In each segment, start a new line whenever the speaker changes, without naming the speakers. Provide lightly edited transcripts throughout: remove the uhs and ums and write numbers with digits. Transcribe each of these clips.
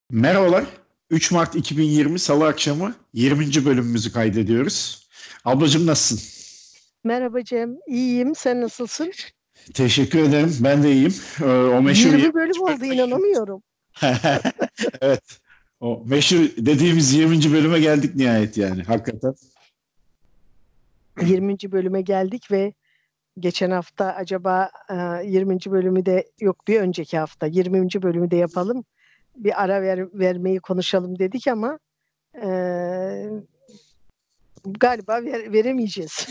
Merhabalar. 3 Mart 2020 Salı akşamı 20. bölümümüzü kaydediyoruz. Ablacığım nasılsın?
Merhaba Cem, iyiyim. Sen nasılsın?
Teşekkür ederim. Ben de iyiyim. O meşhur
20 bölüm
20.
oldu,
bölüme
inanamıyorum.
Evet. O meşhur dediğimiz 20. bölüme geldik nihayet yani. Hakikaten.
20. bölüme geldik ve geçen hafta acaba 20. bölümü de yok, bir önceki hafta 20. bölümü de yapalım. Bir ara vermeyi konuşalım dedik ama e, galiba veremeyeceğiz.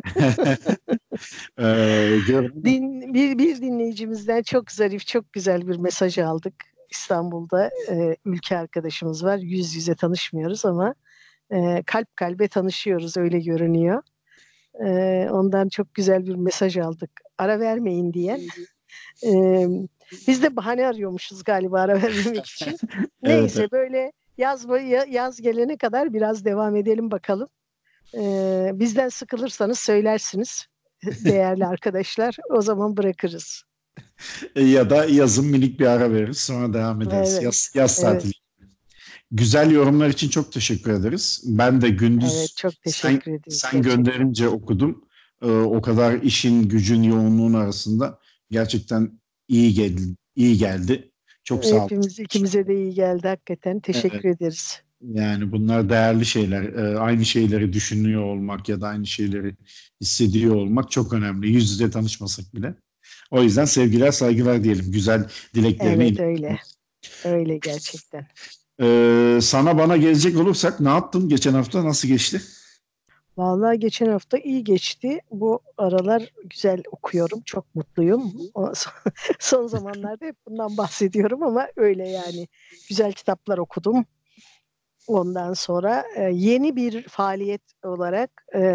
Görünüm.
Bir dinleyicimizden çok zarif, çok güzel bir mesaj aldık. İstanbul'da ülke arkadaşımız var. Yüz yüze tanışmıyoruz ama kalp kalbe tanışıyoruz, öyle görünüyor. Ondan çok güzel bir mesaj aldık. Ara vermeyin diye. Biz de bahane arıyormuşuz galiba ara vermemek için.
Evet, evet.
Neyse, böyle yaz gelene kadar biraz devam edelim bakalım. Bizden sıkılırsanız söylersiniz değerli arkadaşlar. O zaman bırakırız.
Ya da yazın minik bir ara veririz. Sonra devam ederiz. Yaz,
Evet,
yaz
evet,
tatili. Güzel yorumlar için çok teşekkür ederiz. Ben de
evet.
gündüz
Çok
sen
teşekkür ederiz
sen
gerçekten.
gönderince okudum. O kadar işin gücün yoğunluğun arasında gerçekten iyi geldi. Çok sağ ol.
Hepimiz, ikimize de iyi geldi hakikaten.
Evet,
Teşekkür ederiz.
yani bunlar değerli şeyler. Aynı şeyleri düşünüyor olmak ya da aynı şeyleri hissediyor olmak çok önemli. Yüz yüze tanışmasak bile. O yüzden sevgiler, saygılar diyelim. Güzel dileklerini
Evet,
iletelim.
öyle. Öyle gerçekten.
Sana bana gelecek olursak ne yaptın? Geçen hafta nasıl geçti?
Vallahi geçen hafta iyi geçti. Bu aralar güzel okuyorum. Çok mutluyum. Son zamanlarda hep bundan bahsediyorum ama öyle yani. Güzel kitaplar okudum. Ondan sonra yeni bir faaliyet olarak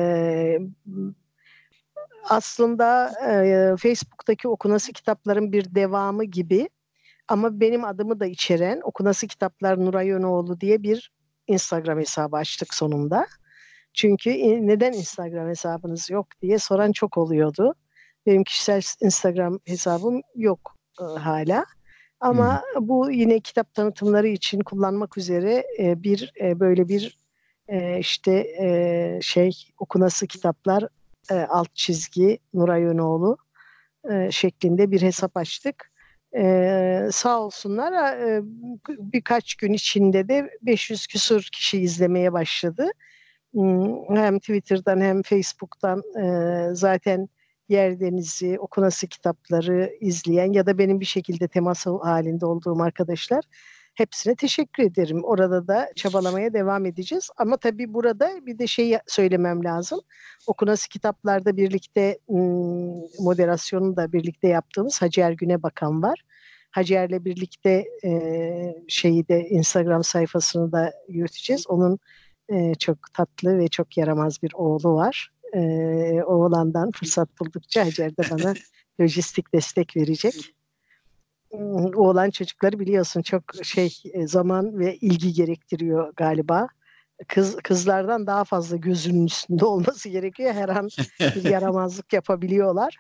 aslında Facebook'taki okunası kitapların bir devamı gibi ama benim adımı da içeren Okunası Kitaplar Nuray Önoğlu diye bir Instagram hesabı açtık sonunda. Çünkü neden Instagram hesabınız yok diye soran çok oluyordu. Benim kişisel Instagram hesabım yok hala.
Hmm.
Ama bu yine kitap tanıtımları için kullanmak üzere böyle bir işte okunası kitaplar alt çizgi Nuray Önoğlu şeklinde bir hesap açtık. Sağ olsunlar, birkaç gün içinde de 500 küsur kişi izlemeye başladı. Hem Twitter'dan hem Facebook'tan zaten Yerdeniz'i, Okunası kitapları izleyen ya da benim bir şekilde temas halinde olduğum arkadaşlar, hepsine teşekkür ederim. Orada da çabalamaya devam edeceğiz. Ama tabii burada bir de şey söylemem lazım. Okunası kitaplarda birlikte moderasyonu da birlikte yaptığımız Hacer Günebakan var. Hacer'le birlikte şeyi de Instagram sayfasını da yürüteceğiz. Onun çok tatlı ve çok yaramaz bir oğlu var. Oğlandan fırsat buldukça Hacer de bana lojistik destek verecek. Oğlan çocukları biliyorsun çok zaman ve ilgi gerektiriyor galiba. Kızlardan daha fazla gözünün üstünde olması gerekiyor. Her an bir yaramazlık yapabiliyorlar.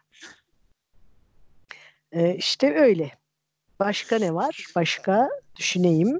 İşte öyle. Başka ne var? Başka düşüneyim.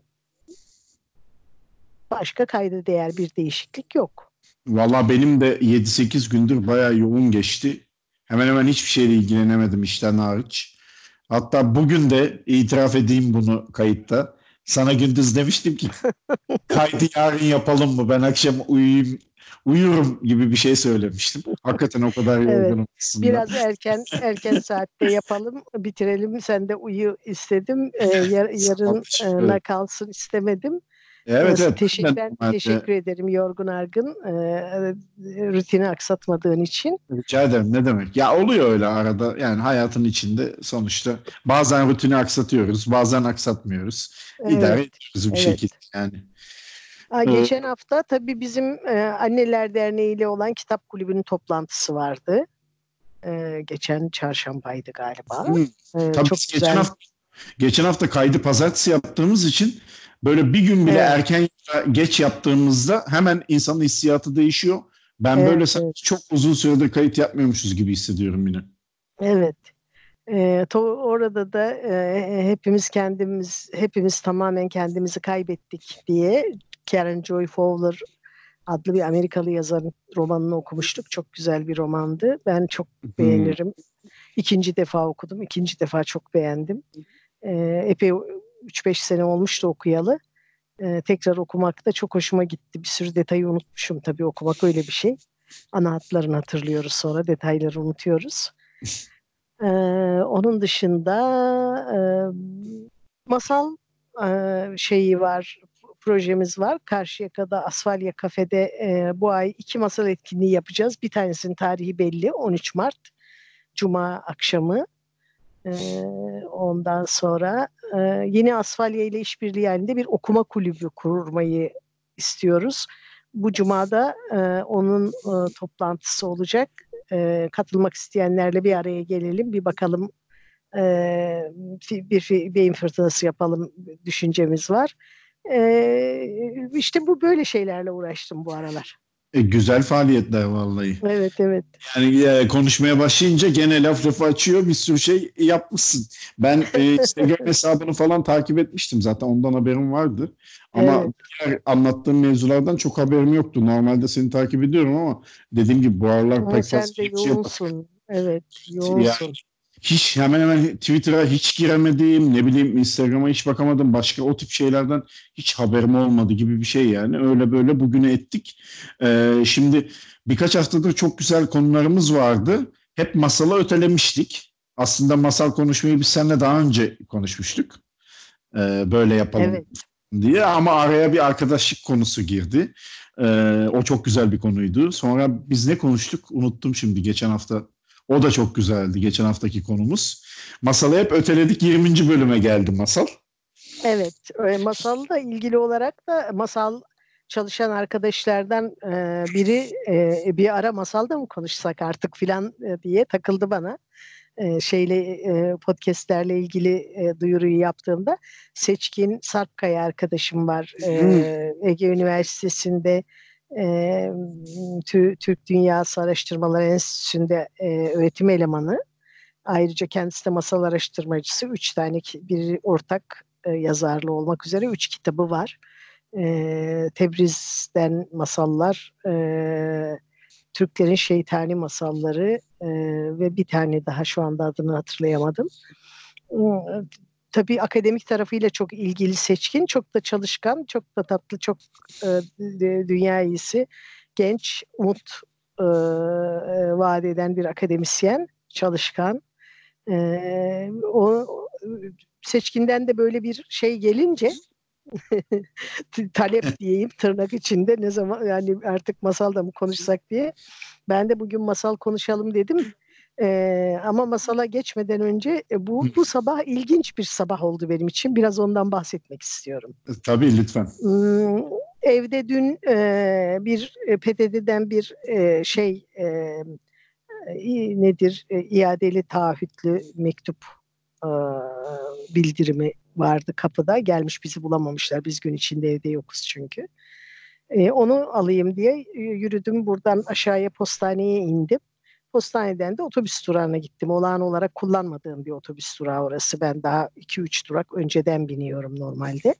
Başka kayda değer bir değişiklik yok.
Valla benim de 7-8 gündür bayağı yoğun geçti. Hemen hemen hiçbir şeyle ilgilenemedim işten hariç. Hatta bugün de itiraf edeyim bunu kayıtta. Sana gündüz demiştim ki kaydı yarın yapalım mı? Ben akşam uyurum gibi bir şey söylemiştim. Hakikaten o kadar
Evet.
yorgunum aslında.
Biraz erken saatte yapalım, bitirelim. Sen de uyu istedim.
Sağ ol, teşekkür ederim.
Yarına kalsın istemedim.
Evet, evet, ben de
Ben
normalde
teşekkür ederim yorgun argın rutini aksatmadığın için.
rica ederim, ne demek. Ya oluyor öyle arada, yani hayatın içinde sonuçta bazen rutini aksatıyoruz, bazen aksatmıyoruz. İdare
Evet,
ediyoruz bir şekilde
evet.
yani. Ee,
Geçen hafta tabii bizim Anneler Derneği ile olan kitap kulübünün toplantısı vardı. Geçen çarşambaydı galiba.
hmm, tabii
Çok
biz
güzel.
geçen hafta kaydı pazartesi yaptığımız için böyle bir gün bile
Evet,
erken ya da geç yaptığımızda hemen insanın hissiyatı değişiyor. Ben böyle
evet,
sanki
evet.
çok uzun süredir kayıt yapmıyormuşuz gibi hissediyorum yine.
Evet. Orada da hepimiz tamamen kendimizi kaybettik diye Karen Joy Fowler adlı bir Amerikalı yazarın romanını okumuştuk. Çok güzel bir romandı. Ben çok
Hmm.
beğenirim. İkinci defa okudum. İkinci defa çok beğendim. Epey 3-5 sene olmuştu okuyalı. Tekrar okumak da çok hoşuma gitti. Bir sürü detayı unutmuşum tabii, okumak öyle bir şey. Ana hatlarını hatırlıyoruz, sonra detayları unutuyoruz. Ee, Onun dışında e, masal şeyi var, projemiz var. Karşıyaka'da Asfalya Kafe'de bu ay 2 masal etkinliği yapacağız. Bir tanesinin tarihi belli, 13 Mart Cuma akşamı. Ondan sonra yeni Asfalya ile işbirliği halinde bir okuma kulübü kurmayı istiyoruz. Bu cumada onun toplantısı olacak. Katılmak isteyenlerle bir araya gelelim, bir bakalım, bir beyin fırtınası yapalım düşüncemiz var. İşte bu böyle şeylerle uğraştım bu aralar.
Güzel faaliyetler vallahi.
Evet, evet.
Yani konuşmaya başlayınca gene laf lafı açıyor, bir sürü şey yapmışsın. Ben Instagram hesabını falan takip etmiştim, zaten ondan haberim vardı. Ama
Evet.
diğer anlattığım mevzulardan çok haberim yoktu. Normalde seni takip ediyorum ama dediğim gibi bu aralar
Ama
pek fazla
sen de
şey yok.
yoğunsun. Evet,
Ya
yoğunsun.
hiç hemen hemen Twitter'a hiç giremedim, ne bileyim Instagram'a hiç bakamadım, başka o tip şeylerden hiç haberim olmadı gibi bir şey yani. Öyle böyle bugüne ettik. Şimdi birkaç haftadır çok güzel konularımız vardı. Hep masala ötelemiştik. Aslında masal konuşmayı biz seninle daha önce konuşmuştuk. Böyle yapalım
Evet.
diye, ama araya bir arkadaşlık konusu girdi. O çok güzel bir konuydu. Sonra biz ne konuştuk? Unuttum şimdi, geçen hafta. O da çok güzeldi, geçen haftaki konumuz. Masalı hep öteledik. 20. bölüme geldi masal.
Evet, masalla ilgili olarak da masal çalışan arkadaşlardan biri bir ara masalda mı konuşsak artık filan diye takıldı bana. Podcastlerle ilgili duyuruyu yaptığımda Seçkin Sarpkaya arkadaşım var.
Hmm.
Ege Üniversitesi'nde e, Türk Dünyası Araştırmaları Enstitüsü'nde öğretim elemanı. Ayrıca kendisi de masal araştırmacısı. 3 tane, bir ortak yazarlı olmak üzere 3 kitabı var. Tebriz'den masallar, Türklerin şeytani masalları ve bir tane daha, şu anda adını hatırlayamadım. Tabii akademik tarafıyla çok ilgili Seçkin, çok da çalışkan, çok da tatlı, çok dünya iyisi, genç, umut vaat eden bir akademisyen, çalışkan. O Seçkinden de böyle bir şey gelince talep diyeyim tırnak içinde, ne zaman yani artık masal da mı konuşsak diye, ben de bugün masal konuşalım dedim. Ama masala geçmeden önce bu sabah ilginç bir sabah oldu benim için. Biraz ondan bahsetmek istiyorum.
Tabii, lütfen.
Hmm, Evde dün bir PTT'den bir nedir? İadeli taahhütlü mektup e, bildirimi vardı kapıda. Gelmiş, bizi bulamamışlar. Biz gün içinde evde yokuz çünkü. Onu alayım diye yürüdüm. Buradan aşağıya postaneye indim. Postaneden de otobüs durağına gittim. Olağan olarak kullanmadığım bir otobüs durağı orası. Ben daha 2-3 durak önceden biniyorum normalde.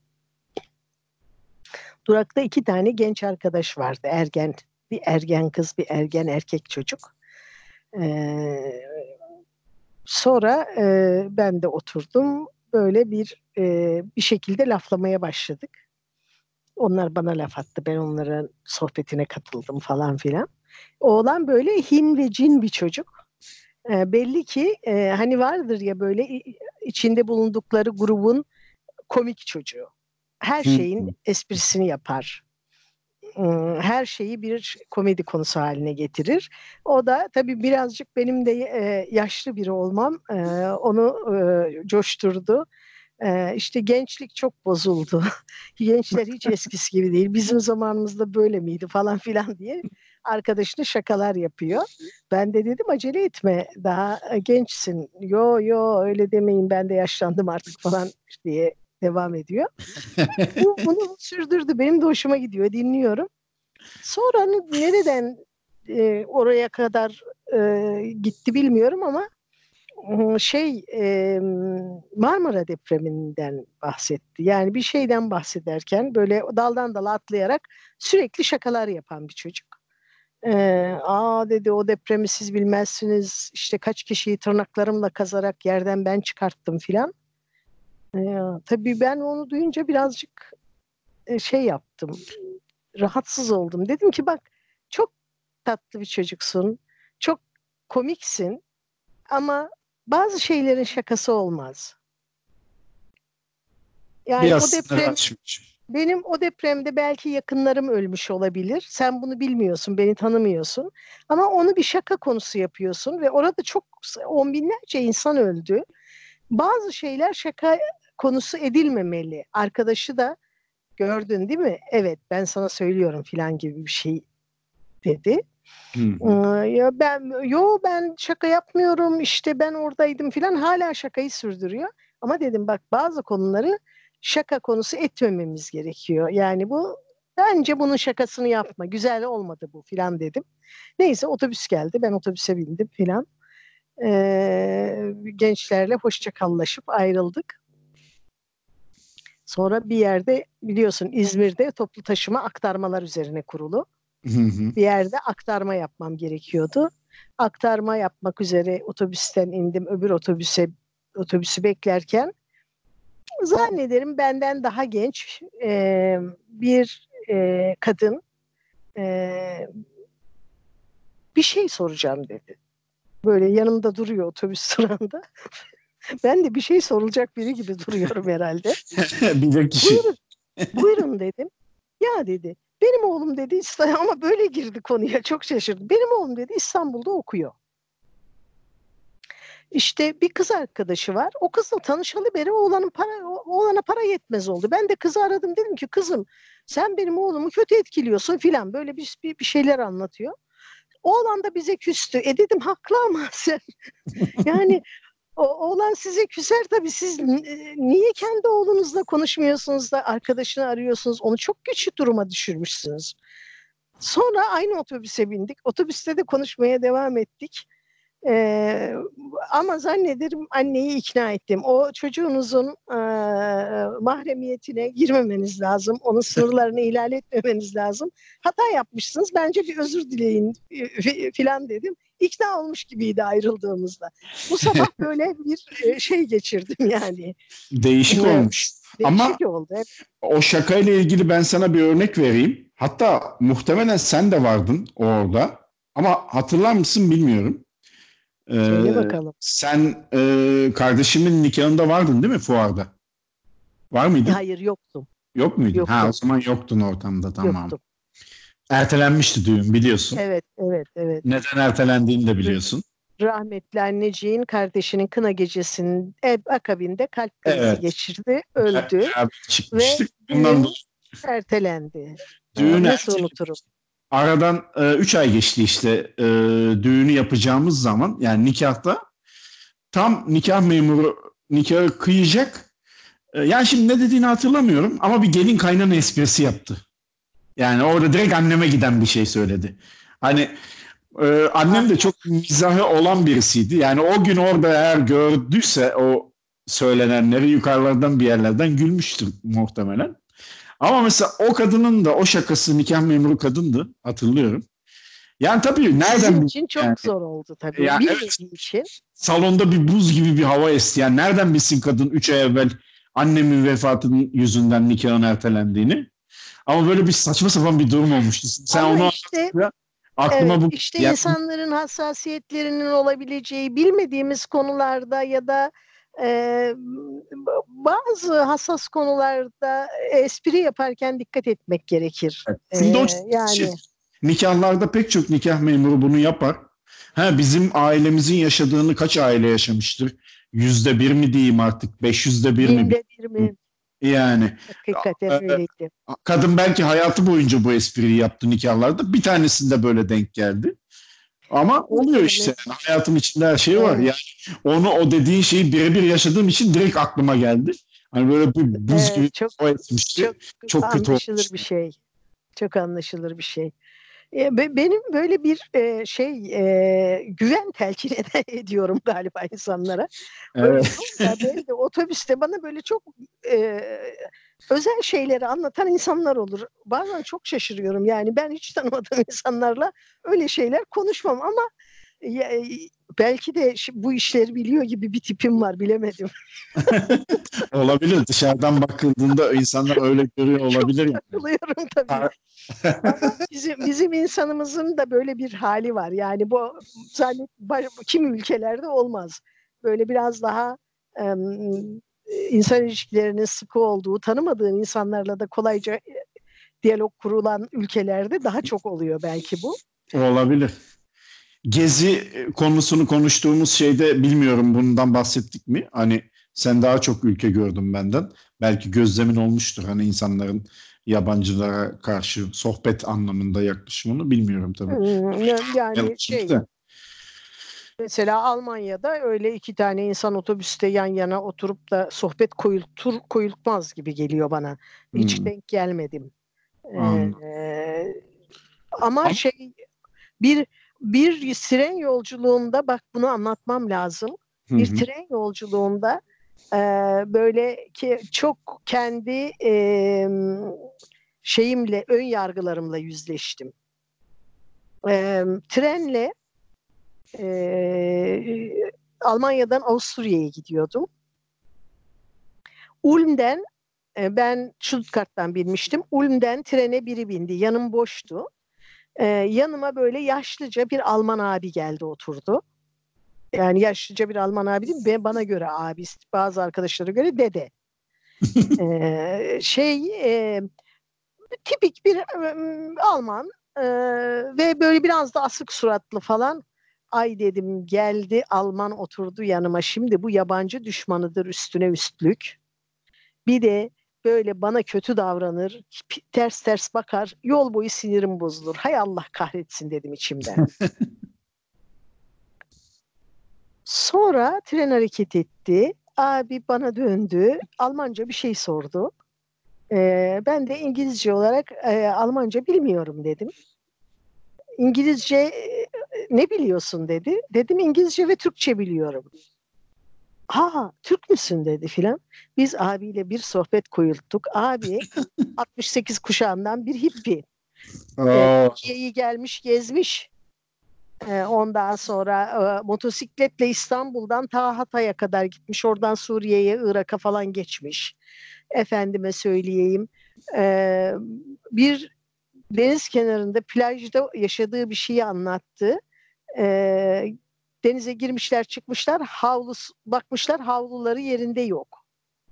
Durakta 2 tane genç arkadaş vardı. Bir ergen kız, bir ergen erkek çocuk. Ee, Sonra ben de oturdum. Böyle bir şekilde laflamaya başladık. Onlar bana laf attı. Ben onların sohbetine katıldım falan filan. Oğlan böyle hin ve cin bir çocuk. Belli ki hani vardır ya böyle içinde bulundukları grubun komik çocuğu. Her şeyin
Hmm.
esprisini yapar. Her şeyi bir komedi konusu haline getirir. O da tabii birazcık benim de yaşlı biri olmam onu coşturdu. İşte gençlik çok bozuldu. Gençler hiç eskisi gibi değil. Bizim zamanımızda böyle miydi falan filan diye arkadaşına şakalar yapıyor. Ben de dedim acele etme, daha gençsin. Yo yo, öyle demeyin, ben de yaşlandım artık falan diye devam ediyor. Bunu sürdürdü. Benim de hoşuma gidiyor. Dinliyorum. Sonra nereden oraya kadar gitti bilmiyorum ama Marmara depreminden bahsetti. Yani bir şeyden bahsederken böyle daldan dala atlayarak sürekli şakalar yapan bir çocuk. Aa dedi, o depremi siz bilmezsiniz. İşte kaç kişiyi tırnaklarımla kazarak yerden ben çıkarttım filan. Tabii ben onu duyunca birazcık şey yaptım. Rahatsız oldum. Dedim ki bak, çok tatlı bir çocuksun. Çok komiksin ama bazı şeylerin şakası olmaz. Yani
Biraz
o
sınır
deprem,
aşmış.
benim o depremde belki yakınlarım ölmüş olabilir. Sen bunu bilmiyorsun, beni tanımıyorsun. Ama onu bir şaka konusu yapıyorsun ve orada çok on binlerce insan öldü. Bazı şeyler şaka konusu edilmemeli. Arkadaşı da gördün değil mi? Evet, ben sana söylüyorum filan gibi bir şey dedi.
Hı hı.
Ya ben şaka yapmıyorum, işte ben oradaydım filan, hala şakayı sürdürüyor. Ama dedim bak, bazı konuları şaka konusu etmememiz gerekiyor. Yani bu, bence bunun şakasını yapma. Güzel olmadı bu filan dedim. Neyse, otobüs geldi. Ben otobüse bindim filan. Gençlerle hoşçakallaşıp ayrıldık. Sonra bir yerde, biliyorsun İzmir'de toplu taşıma aktarmalar üzerine kurulu.
Hı hı.
Bir yerde aktarma yapmam gerekiyordu. Aktarma yapmak üzere otobüsten indim. Öbür otobüsü beklerken zannederim benden daha genç bir kadın e, bir şey soracağım dedi. Böyle yanımda duruyor otobüs durağında. Ben de bir şey sorulacak biri gibi duruyorum herhalde.
Bilir kişi.
Buyurun, buyurun dedim. Ya dedi, benim oğlum dedi ama böyle girdi konuya, çok şaşırdım. Benim oğlum dedi İstanbul'da okuyor. İşte bir kız arkadaşı var. O kızla tanışalı beri oğlana para yetmez oldu. Ben de kızı aradım, dedim ki kızım, sen benim oğlumu kötü etkiliyorsun filan, böyle bir şeyler anlatıyor. Oğlan da bize küstü. Dedim haklı ama sen yani oğlan size küser tabii, siz niye kendi oğlunuzla konuşmuyorsunuz da arkadaşını arıyorsunuz? Onu çok güçlü duruma düşürmüşsünüz. Sonra aynı otobüse bindik. Otobüste de konuşmaya devam ettik. Ee, Ama zannederim anneyi ikna ettim. O çocuğunuzun mahremiyetine girmemeniz lazım. Onun sınırlarını ihlal etmemeniz lazım. Hata yapmışsınız. Bence bir özür dileyin filan dedim. İkna olmuş gibiydi ayrıldığımızda. Bu sabah böyle bir şey geçirdim yani.
Değişik
Ee,
olmuş. Ama
Değişik oldu. Evet.
o şakayla ilgili ben sana bir örnek vereyim. Hatta muhtemelen sen de vardın orada. Ama hatırlar mısın bilmiyorum.
Söyle bakalım.
Sen kardeşimin nikahında vardın değil mi fuarda? Var mıydın?
Hayır, yoktum.
Yok muydun? Ha, o
Yoktum.
zaman yoktun ortamda, tamam.
Yoktum.
Ertelenmişti düğün, biliyorsun.
Evet, evet, evet.
Neden ertelendiğini de biliyorsun.
Rahmetli anneciğin kardeşinin kına gecesinin akabinde kalp krizi
Evet.
geçirdi, öldü
Beraber
ve
çıkmıştık. Bundan
düğün
dolayı
ertelendi.
düğün
Nasıl unuturum?
aradan 3 ay geçti işte, düğünü yapacağımız zaman, yani nikahta tam nikah memuru nikahı kıyacak. Yani şimdi ne dediğini hatırlamıyorum ama bir gelin kaynana esprisi yaptı. Yani orada direkt anneme giden bir şey söyledi. Hani annem de çok mizahı olan birisiydi. Yani o gün orada eğer gördüyse o söylenenleri, yukarılardan bir yerlerden gülmüştür muhtemelen. Ama mesela o kadının da o şakası, nikah memuru kadındı, hatırlıyorum. Yani tabii nereden
Sizin
bilsin
için
yani?
çok zor oldu tabii.
Yani evet,
Bilmediği için.
salonda bir buz gibi bir hava esti. Yani nereden bilsin kadın 3 ay evvel annemin vefatının yüzünden nikahın ertelendiğini. Ama böyle bir saçma sapan bir durum olmuştu. Sen
Ama
onu
işte
anlatınca aklıma
evet,
bu
işte
yani,
insanların hassasiyetlerinin olabileceği bilmediğimiz konularda ya da e, bazı hassas konularda espri yaparken dikkat etmek gerekir.
şimdi o şey,
Yani
nikahlarda pek çok nikah memuru bunu yapar. Ha, bizim ailemizin yaşadığını kaç aile yaşamıştır? %1 mi diyeyim artık? 500'de 1 mi?
binde bir mi?
Yani
Hakikaten
e,
öyleydi.
kadın belki hayatı boyunca bu espriyi yaptı nikahlarda. Bir tanesinde böyle denk geldi. Ama oluyor
Muhtemelen.
işte. Yani hayatın içinde her şey var. Yani
Evet,
onu, o dediğin şeyi birebir yaşadığım için direkt aklıma geldi. Hani böyle bir buz gibi
evet, çok
hava etmişti.
çok
Çok kötü
anlaşılır bir
olmuştu.
şey. Çok anlaşılır bir şey. Benim böyle bir güven telkin ediyorum galiba insanlara. Böyle
Evet.
sonra böyle de otobüste bana böyle çok e, özel şeyleri anlatan insanlar olur. Bazen çok şaşırıyorum. Yani ben hiç tanımadığım insanlarla öyle şeyler konuşmam ama ya, belki de bu işleri biliyor gibi bir tipim var, bilemedim.
Olabilir. Dışarıdan bakıldığında insanlar öyle görüyor
Çok
olabilir yani.
takılıyorum tabii.
Ha-
Ama bizim insanımızın da böyle bir hali var. Yani bu kimi ülkelerde olmaz. Böyle biraz daha insan ilişkilerinin sıkı olduğu, tanımadığın insanlarla da kolayca diyalog kurulan ülkelerde daha çok oluyor belki bu.
Olabilir. Gezi konusunu konuştuğumuz şeyde bilmiyorum bundan bahsettik mi? Hani sen daha çok ülke gördün benden. Belki gözlemin olmuştur hani insanların yabancılara karşı sohbet anlamında yaklaşımını bilmiyorum tabii.
Yani
Yanlışmış da.
mesela Almanya'da öyle iki tane insan otobüste yan yana oturup da sohbet koyulmaz gibi geliyor bana. Hiç
Hmm,
denk gelmedim.
anladım.
Ee, ama
Ama
bir bir tren yolculuğunda, bak bunu anlatmam lazım.
hı
Bir
hı.
tren yolculuğunda e, böyle ki çok kendi ön yargılarımla yüzleştim. Trenle Almanya'dan Avusturya'ya gidiyordum. Ulm'den ben Stuttgart'tan binmiştim. Ulm'den trene biri bindi. Yanım boştu. Yanıma böyle yaşlıca bir Alman abi geldi, oturdu. Yani yaşlıca bir Alman abi değil mi? Bana göre abi, bazı arkadaşlara göre dede. Ee, şey e, tipik bir Alman, e, ve böyle biraz da asık suratlı falan. Ay dedim, geldi Alman oturdu yanıma. Şimdi bu yabancı düşmanıdır üstüne üstlük. Bir de böyle bana kötü davranır, ters ters bakar. Yol boyu sinirim bozulur. Hay Allah kahretsin dedim içimden. Sonra tren hareket etti. Abi bana döndü. Almanca bir şey sordu. Ben de İngilizce olarak Almanca bilmiyorum dedim. İngilizce ne biliyorsun dedi. Dedim İngilizce ve Türkçe biliyorum. Ha, Türk müsün dedi filan. Biz abiyle bir sohbet koyulttuk. Abi 68 kuşağından bir hippi.
Aa,
Türkiye'yi gelmiş gezmiş. Ondan sonra motosikletle İstanbul'dan ta Hatay'a kadar gitmiş. Oradan Suriye'ye, Irak'a falan geçmiş. Efendime söyleyeyim. E, bir deniz kenarında plajda yaşadığı bir şeyi anlattı. E, denize girmişler, çıkmışlar, bakmışlar, havluları yerinde yok.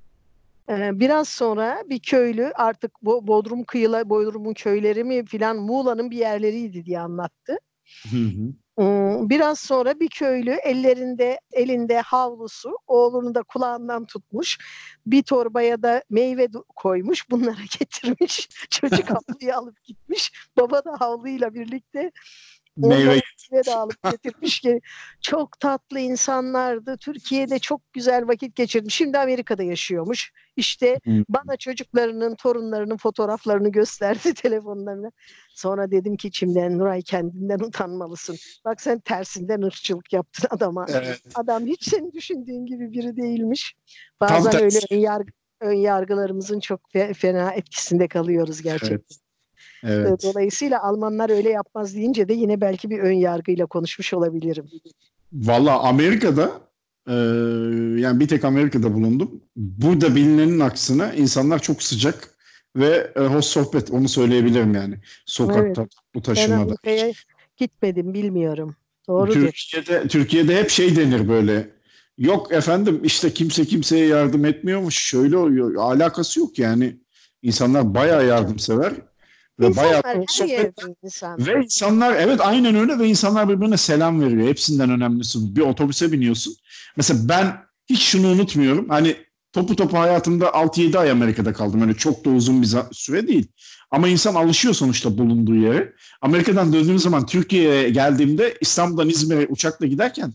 Biraz sonra bir köylü, artık Bodrum'un köyleri mi filan, Muğla'nın bir yerleriydi diye anlattı.
hı hı.
Biraz sonra bir köylü elinde havlusu, oğlunu da kulağından tutmuş, bir torbaya da meyve koymuş, bunlara getirmiş. Çocuk havluyu alıp gitmiş. Baba da havluyla birlikte
Meyve.
onlara meyve de alıp getirmiş ki, çok tatlı insanlardı. Türkiye'de çok güzel vakit geçirmiş. Şimdi Amerika'da yaşıyormuş. İşte
Hı.
bana çocuklarının, torunlarının fotoğraflarını gösterdi telefonlarına. Sonra dedim ki içimden, Nuray kendinden utanmalısın. Bak sen tersinden ırkçılık yaptın adama.
Evet,
Adam hiç senin düşündüğün gibi biri değilmiş.
tam
Bazen öyle
tersi.
ön yargılarımızın çok fena etkisinde kalıyoruz gerçekten.
Evet, evet.
Dolayısıyla Almanlar öyle yapmaz deyince de yine belki bir ön yargıyla konuşmuş olabilirim.
Valla Amerika'da e, yani bir tek Amerika'da bulundum. Burada bilinenin aksine insanlar çok sıcak ve hoş sohbet, onu söyleyebilirim yani.
Evet,
Sokakta, bu
ben
taşımada.
Amerika'ya gitmedim, bilmiyorum. Doğrudur.
Türkiye'de hep şey denir böyle. Yok efendim işte kimse kimseye yardım etmiyormuş. Şöyle oluyor. Alakası yok yani. İnsanlar bayağı yardımsever ve bayağı
İnsanlar her
sohbet.
yerde insan.
Ve insanlar, evet, aynen öyle, ve insanlar birbirine selam veriyor. Hepsinden önemlisi, bir otobüse biniyorsun. Mesela ben hiç şunu unutmuyorum. Hani topu hayatımda 6-7 ay Amerika'da kaldım. Hani çok da uzun bir süre değil. Ama insan alışıyor sonuçta bulunduğu yere. Amerika'dan döndüğüm zaman Türkiye'ye geldiğimde İstanbul'dan İzmir'e uçakla giderken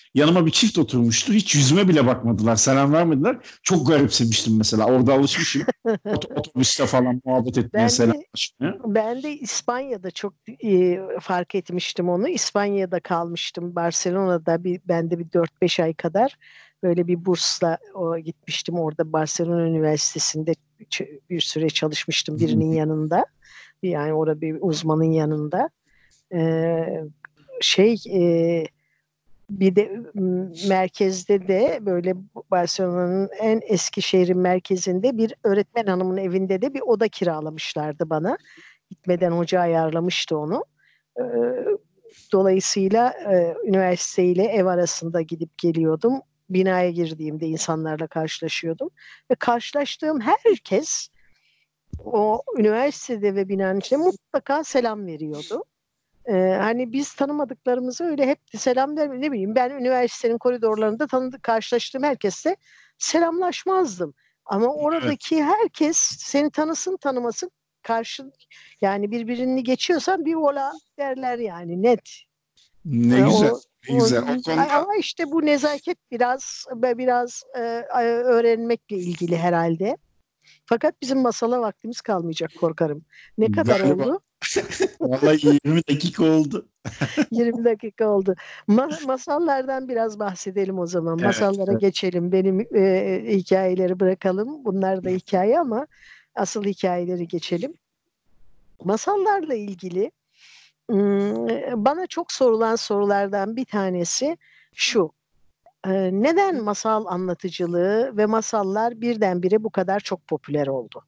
Yanıma bir çift oturmuştu. Hiç yüzüme bile bakmadılar. Selam vermediler. Çok garipsemiştim mesela. Orada alışmışım. Otobüste falan muhabbet etmeye,
Ben de
selamlaşmaya.
ben de İspanya'da çok fark etmiştim onu. İspanya'da kalmıştım. Barcelona'da ben de bir 4-5 ay kadar böyle bir bursla gitmiştim. Orada Barcelona Üniversitesi'nde bir süre çalışmıştım birinin yanında. Yani orada bir uzmanın yanında. Ee, şey Bir de merkezde de böyle Barcelona'nın en eski şehrin merkezinde bir öğretmen hanımın evinde de bir oda kiralamışlardı bana. Gitmeden hoca ayarlamıştı onu. Ee, Dolayısıyla üniversiteyle ev arasında gidip geliyordum. Binaya girdiğimde insanlarla karşılaşıyordum. Ve karşılaştığım herkes o üniversitede ve binanın içinde mutlaka selam veriyordu. Hani biz tanımadıklarımızı öyle hep selam der, ne bileyim, ben üniversitenin koridorlarında karşılaştığım herkesle selamlaşmazdım. Ama
Evet.
oradaki herkes seni tanısın tanımasın karşı, yani birbirini geçiyorsan bir ola derler yani, net.
Ne
Ee,
güzel.
o,
Ne güzel. O
ama
konuda
işte bu nezaket biraz öğrenmekle ilgili herhalde. Fakat bizim masala vaktimiz kalmayacak, korkarım. Ne kadar
galiba
oldu?
vallahi 20 dakika oldu.
20 dakika oldu. Masallardan biraz bahsedelim o zaman.
Evet.
Masallara
Evet.
geçelim. Benim hikayeleri bırakalım. Bunlar da hikaye ama asıl hikayeleri geçelim. Masallarla ilgili bana çok sorulan sorulardan bir tanesi şu. Neden masal anlatıcılığı ve masallar birdenbire bu kadar çok popüler oldu?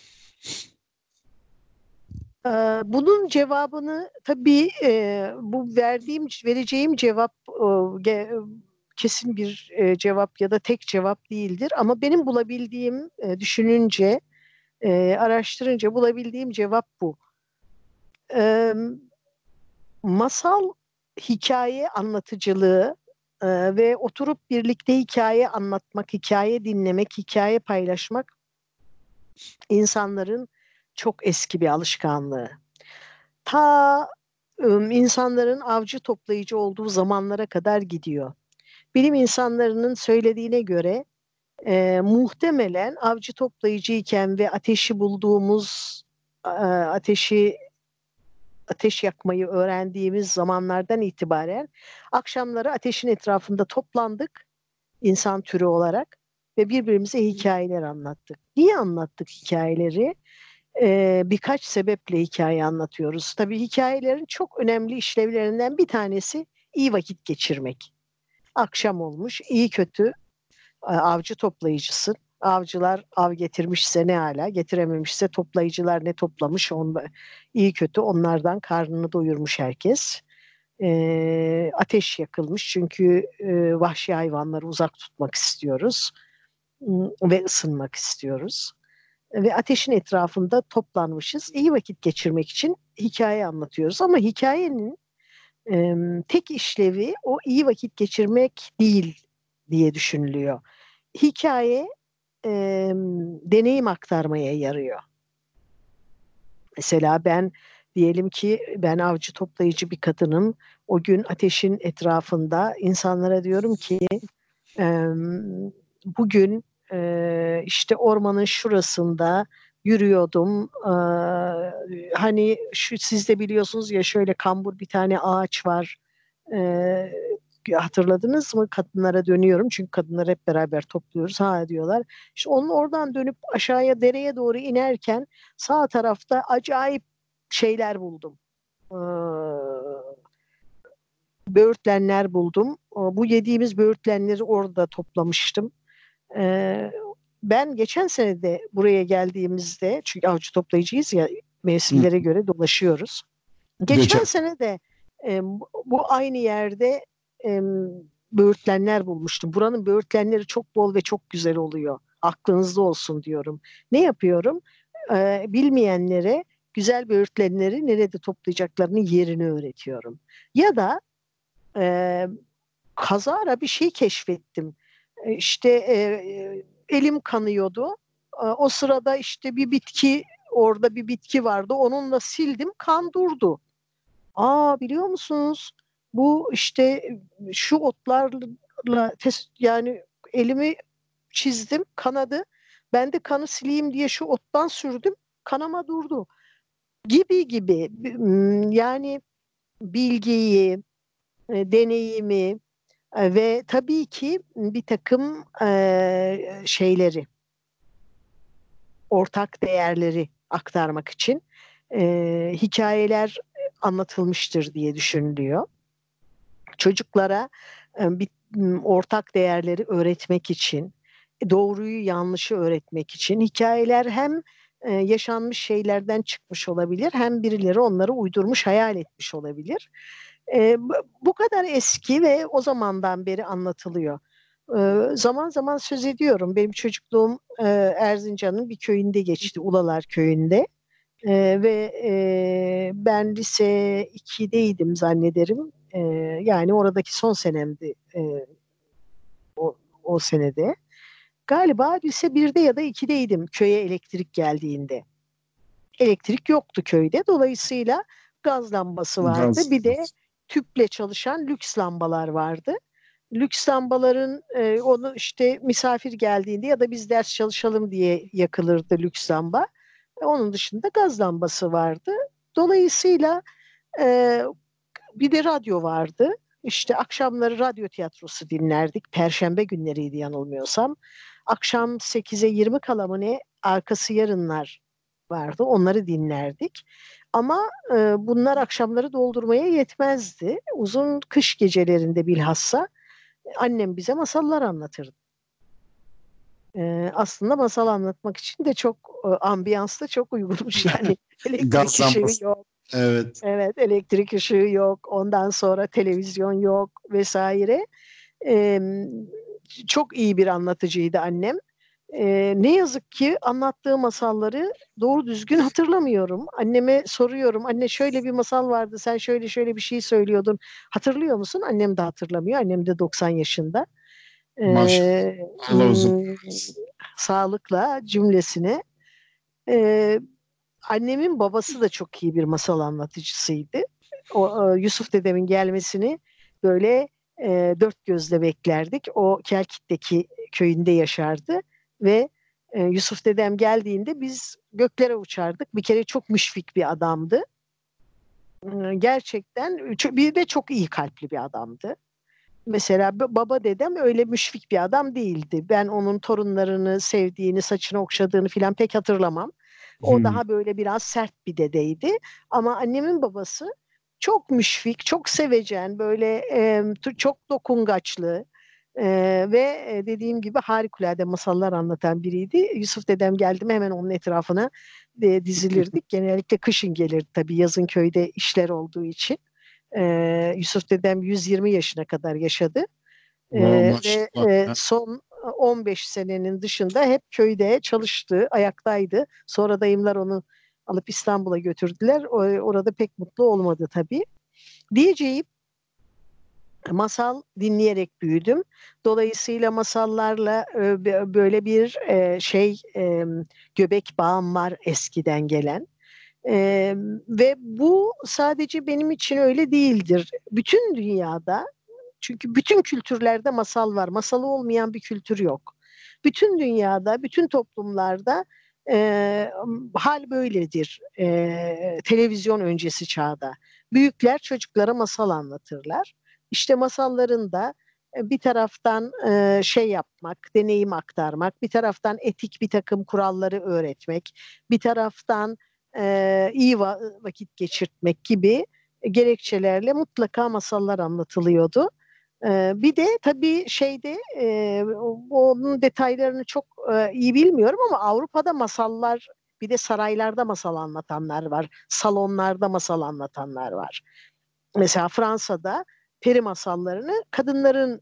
Bunun cevabını tabii bu vereceğim cevap kesin bir cevap ya da tek cevap değildir. Ama benim bulabildiğim, düşününce, araştırınca bulabildiğim cevap bu. E, Masal hikaye anlatıcılığı ve oturup birlikte hikaye anlatmak, hikaye dinlemek, hikaye paylaşmak insanların çok eski bir alışkanlığı. Ta insanların avcı toplayıcı olduğu zamanlara kadar gidiyor. Bilim insanlarının söylediğine göre muhtemelen avcı toplayıcıyken ve ateşi ateş yakmayı öğrendiğimiz zamanlardan itibaren akşamları ateşin etrafında toplandık insan türü olarak ve birbirimize hikayeler anlattık. Niye anlattık hikayeleri? Birkaç sebeple hikaye anlatıyoruz. Tabii hikayelerin çok önemli işlevlerinden bir tanesi iyi vakit geçirmek. Akşam olmuş, iyi kötü avcı toplayıcısın. Avcılar av getirmişse ne ala, getirememişse toplayıcılar ne toplamış, iyi kötü onlardan karnını doyurmuş herkes. Ateş yakılmış çünkü vahşi hayvanları uzak tutmak istiyoruz ve ısınmak istiyoruz. Ve ateşin etrafında toplanmışız. İyi vakit geçirmek için hikaye anlatıyoruz. Ama hikayenin tek işlevi o iyi vakit geçirmek değil diye düşünülüyor. Hikaye e, deneyim aktarmaya yarıyor. Mesela diyelim ki ben avcı toplayıcı bir kadınım. O gün ateşin etrafında insanlara diyorum ki e, bugün işte ormanın şurasında yürüyordum. Hani siz de biliyorsunuz ya, şöyle kambur bir tane ağaç var. Ee, Hatırladınız mı? Kadınlara dönüyorum çünkü kadınlar hep beraber topluyoruz. Ha diyorlar. İşte onun oradan dönüp aşağıya dereye doğru inerken sağ tarafta acayip şeyler buldum. Ee, Böğürtlenler buldum. Bu yediğimiz böğürtlenleri orada toplamıştım. Ee, Ben geçen sene de buraya geldiğimizde, çünkü avcı toplayıcıyız ya,
Hı.
mevsimlere göre dolaşıyoruz. Geçen
Göçer.
sene de bu aynı yerde e, böğürtlenler bulmuştum. Buranın böğürtlenleri çok bol ve çok güzel oluyor. Aklınızda olsun diyorum. Ne yapıyorum? Bilmeyenlere güzel böğürtlenleri nerede toplayacaklarını, yerini öğretiyorum. Ya da e, kazara bir şey keşfettim. İşte elim kanıyordu. O sırada işte orada bir bitki vardı. Onunla sildim, kan durdu. Biliyor musunuz? Bu işte şu otlarla yani elimi çizdim, kanadı. Ben de kanı sileyim diye şu ottan sürdüm. Kanama durdu. Gibi gibi. Yani bilgiyi, deneyimi ve tabii ki bir takım şeyleri, ortak değerleri aktarmak için hikayeler anlatılmıştır diye düşünülüyor. Çocuklara bir ortak değerleri öğretmek için, doğruyu yanlışı öğretmek için hikayeler hem yaşanmış şeylerden çıkmış olabilir, hem birileri onları uydurmuş, hayal etmiş olabilir. Bu kadar eski ve o zamandan beri anlatılıyor. Zaman zaman söz ediyorum. Benim çocukluğum Erzincan'ın bir köyünde geçti, Ulalar köyünde. Ve ben lise 2'deydim zannederim. Yani oradaki son senemdi o, o senede. Galiba lise 1'de ya da 2'deydim köye elektrik geldiğinde. Elektrik yoktu köyde. Dolayısıyla gaz lambası vardı.
Gaz.
Bir de tüple çalışan lüks lambalar vardı. Lüks lambaların onu işte misafir geldiğinde ya da biz ders çalışalım diye yakılırdı lüks lamba. Onun dışında gaz lambası vardı. Dolayısıyla e, bir de radyo vardı. İşte akşamları radyo tiyatrosu dinlerdik. Perşembe günleriydi yanılmıyorsam. Akşam 8'e 20 kala mı ne arkası yarınlar vardı. Onları dinlerdik. Ama bunlar akşamları doldurmaya yetmezdi. Uzun kış gecelerinde bilhassa annem bize masallar anlatırdı. Aslında masal anlatmak için de çok ambiyans da çok uygunmuş yani. Elektrik
Gaz
ışığı
lambası.
yok.
Evet.
Evet, elektrik ışığı yok. Ondan sonra televizyon yok vesaire. Ee, Çok iyi bir anlatıcıydı annem. Ne yazık ki anlattığı masalları doğru düzgün hatırlamıyorum. Anneme soruyorum. Anne şöyle bir masal vardı. Sen şöyle şöyle bir şey söylüyordun. Hatırlıyor musun? Annem de hatırlamıyor. Annem de 90 yaşında.
Maşallah.
Ee,
Allah uzun.
m, Sağlıkla cümlesine. Ee, Annemin babası da çok iyi bir masal anlatıcısıydı. Yusuf dedemin gelmesini böyle dört gözle beklerdik. O Kelkit'teki köyünde yaşardı ve Yusuf dedem geldiğinde biz göklere uçardık. Bir kere çok müşfik bir adamdı. Gerçekten bir de çok iyi kalpli bir adamdı. Mesela baba dedem öyle müşfik bir adam değildi. Ben onun torunlarını sevdiğini, saçını okşadığını filan pek hatırlamam. O
Hmm.
daha böyle biraz sert bir dedeydi. Ama annemin babası çok müşfik, çok sevecen, böyle çok dokungaçlı ve dediğim gibi harikulade masallar anlatan biriydi. Yusuf dedem geldi mi hemen onun etrafına dizilirdik. Genellikle kışın gelirdi tabii, yazın köyde işler olduğu için. Yusuf dedem 120 yaşına kadar yaşadı.
Wow,
Ve
maşallah.
son 15 senenin dışında hep köyde çalıştı, ayaktaydı. Sonra dayımlar onu alıp İstanbul'a götürdüler. Orada pek mutlu olmadı tabii. Diyeceğim, masal dinleyerek büyüdüm. Dolayısıyla masallarla böyle bir göbek bağım var eskiden gelen. Ve bu sadece benim için öyle değildir. Bütün dünyada, çünkü bütün kültürlerde masal var. Masalı olmayan bir kültür yok. Bütün dünyada, bütün toplumlarda e, hal böyledir. Televizyon öncesi çağda. Büyükler çocuklara masal anlatırlar. İşte masalların da bir taraftan şey yapmak, deneyim aktarmak, bir taraftan etik bir takım kuralları öğretmek, bir taraftan iyi vakit geçirtmek gibi gerekçelerle mutlaka masallar anlatılıyordu. Bir de tabii onun detaylarını çok iyi bilmiyorum ama Avrupa'da masallar, bir de saraylarda masal anlatanlar var. Salonlarda masal anlatanlar var. Mesela Fransa'da peri masallarını kadınların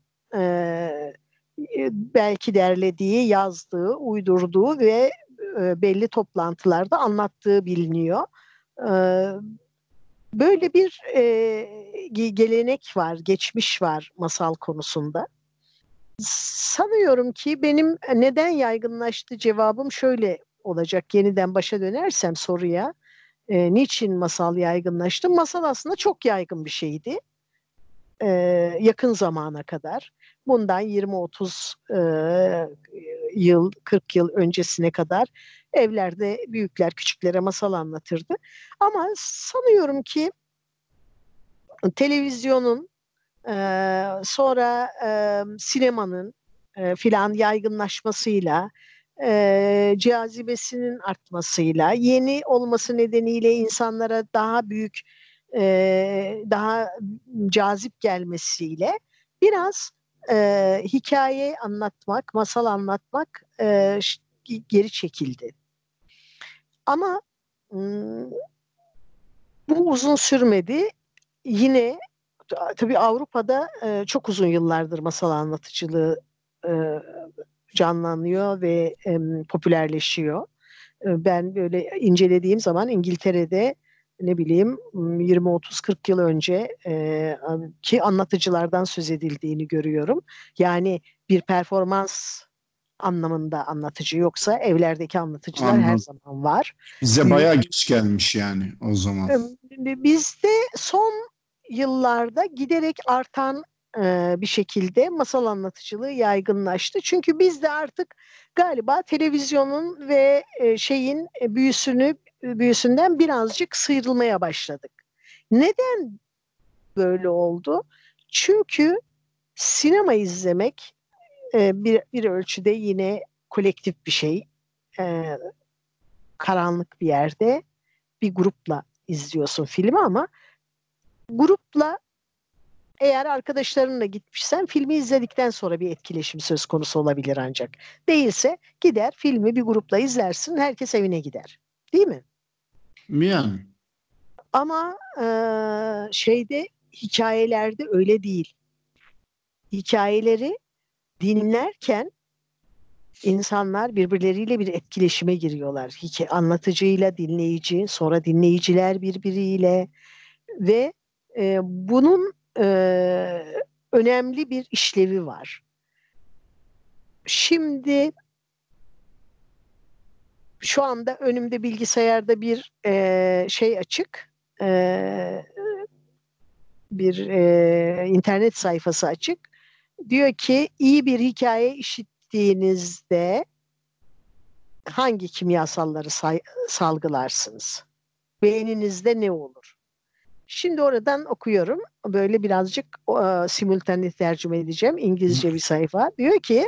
belki derlediği, yazdığı, uydurduğu ve belli toplantılarda anlattığı biliniyor. E, Böyle bir gelenek var, geçmiş var masal konusunda. Sanıyorum ki benim neden yaygınlaştı cevabım şöyle olacak. Yeniden başa dönersem soruya, niçin masal yaygınlaştı? Masal aslında çok yaygın bir şeydi. yakın zamana kadar, bundan 20-30 yıl, 40 yıl öncesine kadar evlerde büyükler küçüklere masal anlatırdı. Ama sanıyorum ki televizyonun, sonra sinemanın filan yaygınlaşmasıyla, cazibesinin artmasıyla, yeni olması nedeniyle insanlara daha büyük, daha cazip gelmesiyle biraz hikaye anlatmak, masal anlatmak geri çekildi. Ama bu uzun sürmedi. Yine tabii Avrupa'da çok uzun yıllardır masal anlatıcılığı e, canlanıyor ve popülerleşiyor. Ben böyle incelediğim zaman İngiltere'de ne bileyim 20-30-40 yıl önce ki anlatıcılardan söz edildiğini görüyorum. Yani bir performans anlamında anlatıcı yoksa evlerdeki anlatıcılar her
Anladım.
zaman var.
Bize
Büyük.
bayağı geç gelmiş yani o zaman.
Bizde son yıllarda giderek artan bir şekilde masal anlatıcılığı yaygınlaştı. Çünkü biz de artık galiba televizyonun ve şeyin büyüsünden birazcık sıyrılmaya başladık. Neden böyle oldu? Çünkü sinema izlemek bir ölçüde yine kolektif bir şey. E, Karanlık bir yerde bir grupla izliyorsun filmi ama grupla, eğer arkadaşlarınla gitmişsen filmi izledikten sonra bir etkileşim söz konusu olabilir ancak. Değilse gider filmi bir grupla izlersin, herkes evine gider. Değil mi?
Yani
Ama hikayelerde öyle değil. Hikayeleri dinlerken insanlar birbirleriyle bir etkileşime giriyorlar. Anlatıcıyla dinleyici, sonra dinleyiciler birbiriyle ve bunun önemli bir işlevi var. Şimdi şu anda önümde bilgisayarda bir şey açık, e, bir internet sayfası açık. Diyor ki iyi bir hikaye işittiğinizde hangi kimyasalları salgılarsınız? Beyninizde ne olur? Şimdi oradan okuyorum. Böyle birazcık simultane tercüme edeceğim. İngilizce bir sayfa. Diyor ki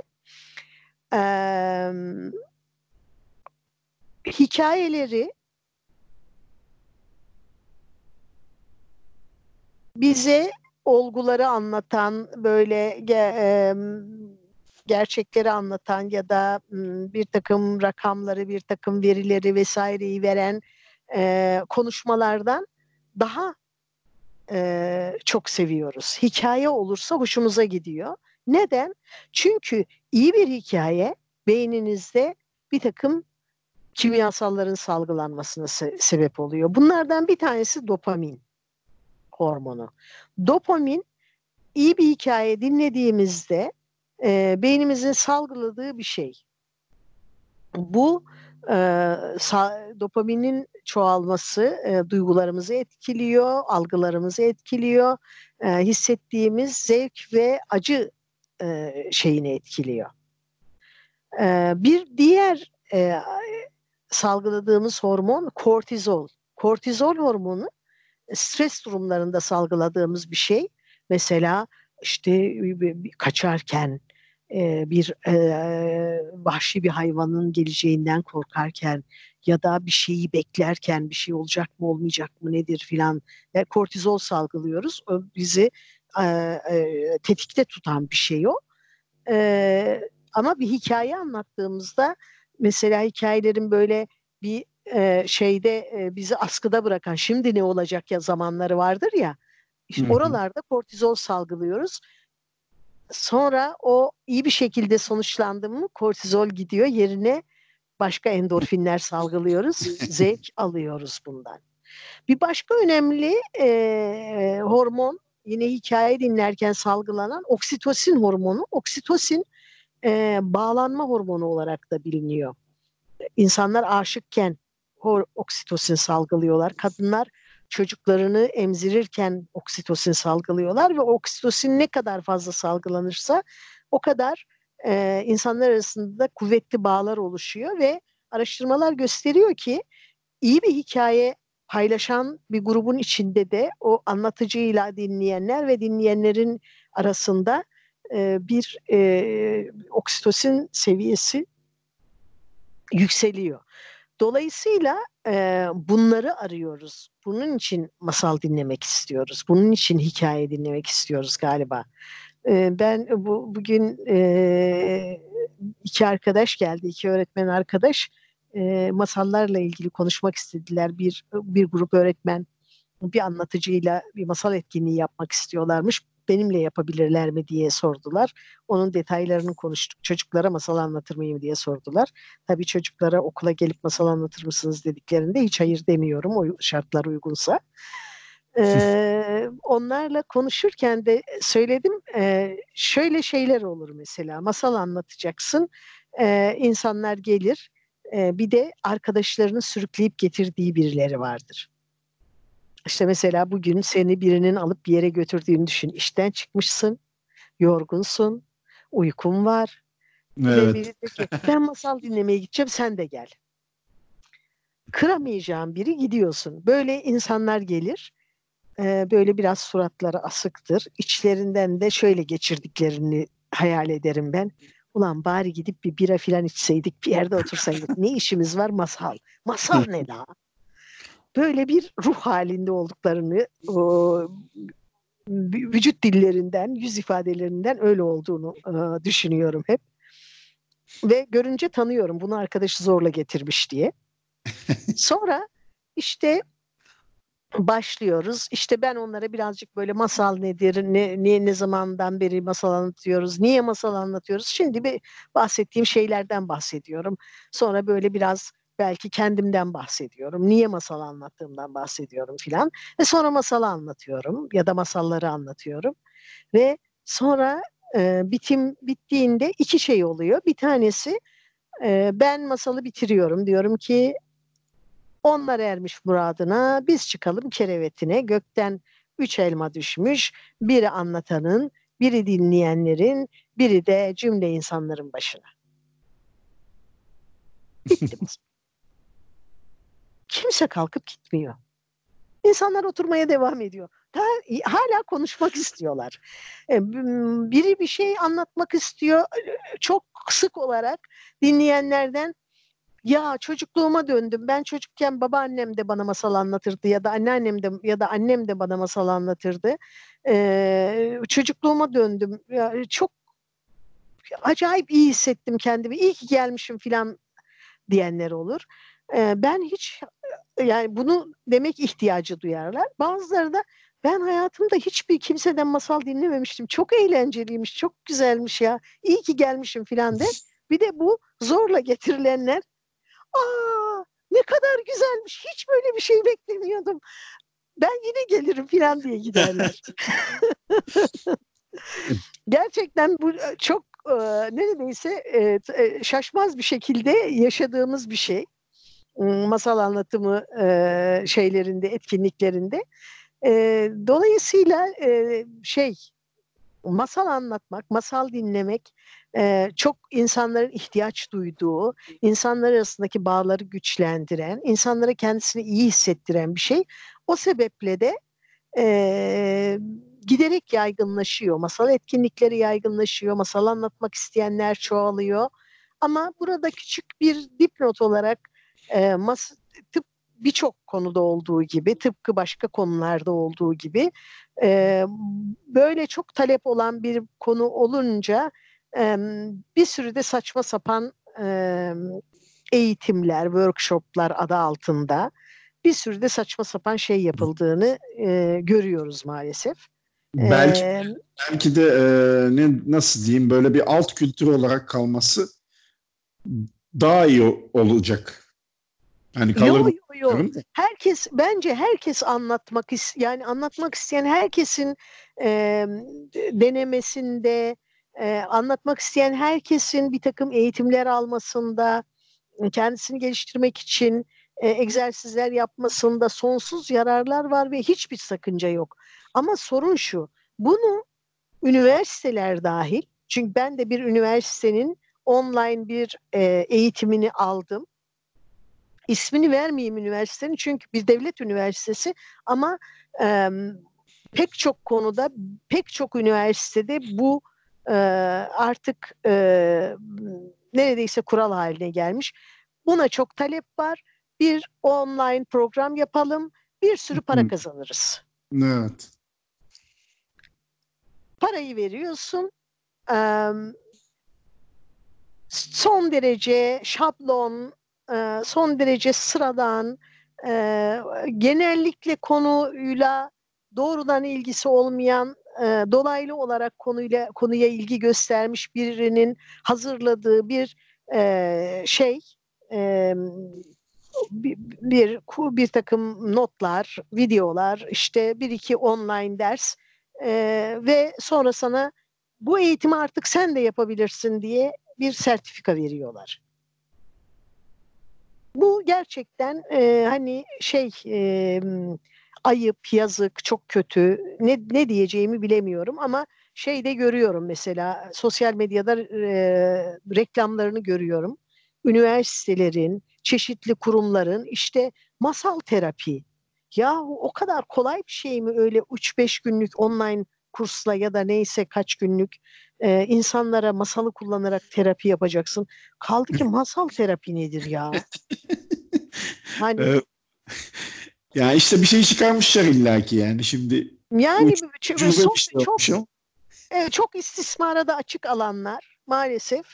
hikayeleri bize olguları anlatan, böyle gerçekleri anlatan ya da bir takım rakamları, bir takım verileri vesaireyi veren konuşmalardan daha çok seviyoruz. Hikaye olursa hoşumuza gidiyor. Neden? Çünkü iyi bir hikaye beyninizde bir takım kimyasalların salgılanmasına sebep oluyor. Bunlardan bir tanesi dopamin hormonu. Dopamin, iyi bir hikaye dinlediğimizde beynimizin salgıladığı bir şey. Bu e, dopaminin çoğalması duygularımızı etkiliyor, algılarımızı etkiliyor, hissettiğimiz zevk ve acı şeyini etkiliyor. Bir diğer salgıladığımız hormon kortizol. Kortizol hormonu stres durumlarında salgıladığımız bir şey. Mesela işte kaçarken, bir vahşi bir hayvanın geleceğinden korkarken ya da bir şeyi beklerken, bir şey olacak mı olmayacak mı nedir filan, kortizol salgılıyoruz. O bizi tetikte tutan bir şey o. Ama bir hikaye anlattığımızda, mesela hikayelerin böyle bir şeyde bizi askıda bırakan, şimdi ne olacak ya zamanları vardır ya,
hı
işte
hı.
oralarda kortizol salgılıyoruz. Sonra o iyi bir şekilde sonuçlandı mı kortizol gidiyor, yerine başka endorfinler salgılıyoruz. Zevk alıyoruz bundan. Bir başka önemli hormon, yine hikaye dinlerken salgılanan oksitosin hormonu. Oksitosin bağlanma hormonu olarak da biliniyor. İnsanlar aşıkken oksitosin salgılıyorlar. Kadınlar çocuklarını emzirirken oksitosin salgılıyorlar ve oksitosin ne kadar fazla salgılanırsa o kadar insanlar arasında kuvvetli bağlar oluşuyor ve araştırmalar gösteriyor ki iyi bir hikaye paylaşan bir grubun içinde de o anlatıcıyla dinleyenler ve dinleyenlerin arasında bir oksitosin seviyesi yükseliyor. Dolayısıyla bunları arıyoruz. Bunun için masal dinlemek istiyoruz. Bunun için hikaye dinlemek istiyoruz galiba. Ben bugün iki arkadaş geldi, iki öğretmen arkadaş masallarla ilgili konuşmak istediler. Bir grup öğretmen bir anlatıcıyla bir masal etkinliği yapmak istiyorlarmış. Benimle yapabilirler mi diye sordular. Onun detaylarını konuştuk. Çocuklara masal anlatır mıyım diye sordular. Tabii çocuklara okula gelip masal anlatır mısınız dediklerinde hiç hayır demiyorum o şartlar uygunsa. Onlarla konuşurken de söyledim şöyle şeyler olur mesela masal anlatacaksın insanlar gelir bir de arkadaşlarını sürükleyip getirdiği birileri vardır. İşte mesela bugün seni birinin alıp bir yere götürdüğünü düşün. İşten çıkmışsın, yorgunsun, uykun var ve biri
Evet.
de ki ben masal dinlemeye gideceğim sen de gel. Kıramayacağın biri gidiyorsun. Böyle insanlar gelir. Böyle biraz suratları asıktır. İçlerinden de şöyle geçirdiklerini hayal ederim ben. Ulan bari gidip bir bira filan içseydik, bir yerde otursaydık. Ne işimiz var masal? Masal ne la? Böyle bir ruh halinde olduklarını vücut dillerinden, yüz ifadelerinden öyle olduğunu düşünüyorum hep. Ve görünce tanıyorum bunu arkadaşı zorla getirmiş diye. Sonra işte başlıyoruz. İşte ben onlara birazcık böyle masal nedir, ne zamandan beri masal anlatıyoruz, niye masal anlatıyoruz? Şimdi bir bahsettiğim şeylerden bahsediyorum. Sonra böyle biraz belki kendimden bahsediyorum. Niye masal anlattığımdan bahsediyorum filan. Ve sonra masalı anlatıyorum ya da masalları anlatıyorum. Ve sonra bitim bittiğinde iki şey oluyor. Bir tanesi ben masalı bitiriyorum. Diyorum ki onlar ermiş muradına, biz çıkalım kerevetine. Gökten üç elma düşmüş. Biri anlatanın, biri dinleyenlerin, biri de cümle insanların başına. Bitti masal. Kimse kalkıp gitmiyor. İnsanlar oturmaya devam ediyor. Hala konuşmak istiyorlar. Biri bir şey anlatmak istiyor. Çok sık olarak dinleyenlerden ya çocukluğuma döndüm. Ben çocukken babaannem de bana masal anlatırdı ya da anneannem de ya da annem de bana masal anlatırdı. Çocukluğuma döndüm. Ya, çok acayip iyi hissettim kendimi. İyi ki gelmişim filan diyenler olur. Ben hiç yani bunu demek ihtiyacı duyarlar. Bazıları da ben hayatımda hiçbir kimseden masal dinlememiştim. Çok eğlenceliymiş, çok güzelmiş ya. İyi ki gelmişim filan der. Bir de bu zorla getirilenler aa ne kadar güzelmiş. Hiç böyle bir şey beklemiyordum. Ben yine gelirim filan diye giderler. Gerçekten bu çok neredeyse şaşmaz bir şekilde yaşadığımız bir şey. Masal anlatımı şeylerinde, etkinliklerinde. Dolayısıyla masal anlatmak, masal dinlemek çok insanların ihtiyaç duyduğu, insanlar arasındaki bağları güçlendiren, insanlara kendisini iyi hissettiren bir şey. O sebeple de e, giderek yaygınlaşıyor. Masal etkinlikleri yaygınlaşıyor, masal anlatmak isteyenler çoğalıyor. Ama burada küçük bir dipnot olarak e, mas birçok konuda olduğu gibi, tıpkı başka konularda olduğu gibi böyle çok talep olan bir konu olunca bir sürü de saçma sapan eğitimler, workshoplar adı altında bir sürü de saçma sapan şey yapıldığını görüyoruz maalesef.
Belki belki de nasıl diyeyim böyle bir alt kültür olarak kalması daha iyi olacak. Hani kalır
Yo
mı
yo yo.
bilmiyorum da.
Bence herkes yani anlatmak isteyen herkesin e, denemesinde, anlatmak isteyen herkesin bir takım eğitimler almasında, kendisini geliştirmek için egzersizler yapmasında sonsuz yararlar var ve hiçbir sakınca yok. Ama sorun şu, bunu üniversiteler dahil, çünkü ben de bir üniversitenin online bir eğitimini aldım. İsmini vermeyeyim üniversitenin çünkü bir devlet üniversitesi ama e, pek çok konuda, pek çok üniversitede bu artık neredeyse kural haline gelmiş. Buna çok talep var. Bir online program yapalım, bir sürü para
Hı.
kazanırız.
Evet.
Parayı veriyorsun, son derece şablon, son derece sıradan, genellikle konuyla doğrudan ilgisi olmayan, dolaylı olarak konuya ilgi göstermiş birinin hazırladığı bir şey, e, bir takım notlar, videolar, işte bir iki online ders ve sonra sana bu eğitimi artık sen de yapabilirsin diye bir sertifika veriyorlar. Bu gerçekten hani ayıp, yazık, çok kötü. Ne diyeceğimi bilemiyorum ama şey de görüyorum mesela sosyal medyada reklamlarını görüyorum. Üniversitelerin, çeşitli kurumların işte masal terapi. Ya o kadar kolay bir şey mi öyle 3-5 günlük online kursla ya da neyse kaç günlük insanlara masalı kullanarak terapi yapacaksın. Kaldı ki masal terapi nedir ya? Hani
Ee, Yani işte bir şey çıkarmışlar illaki yani. Şimdi
yani
ucube bir şey olmuş o.
çok istismara da açık alanlar maalesef.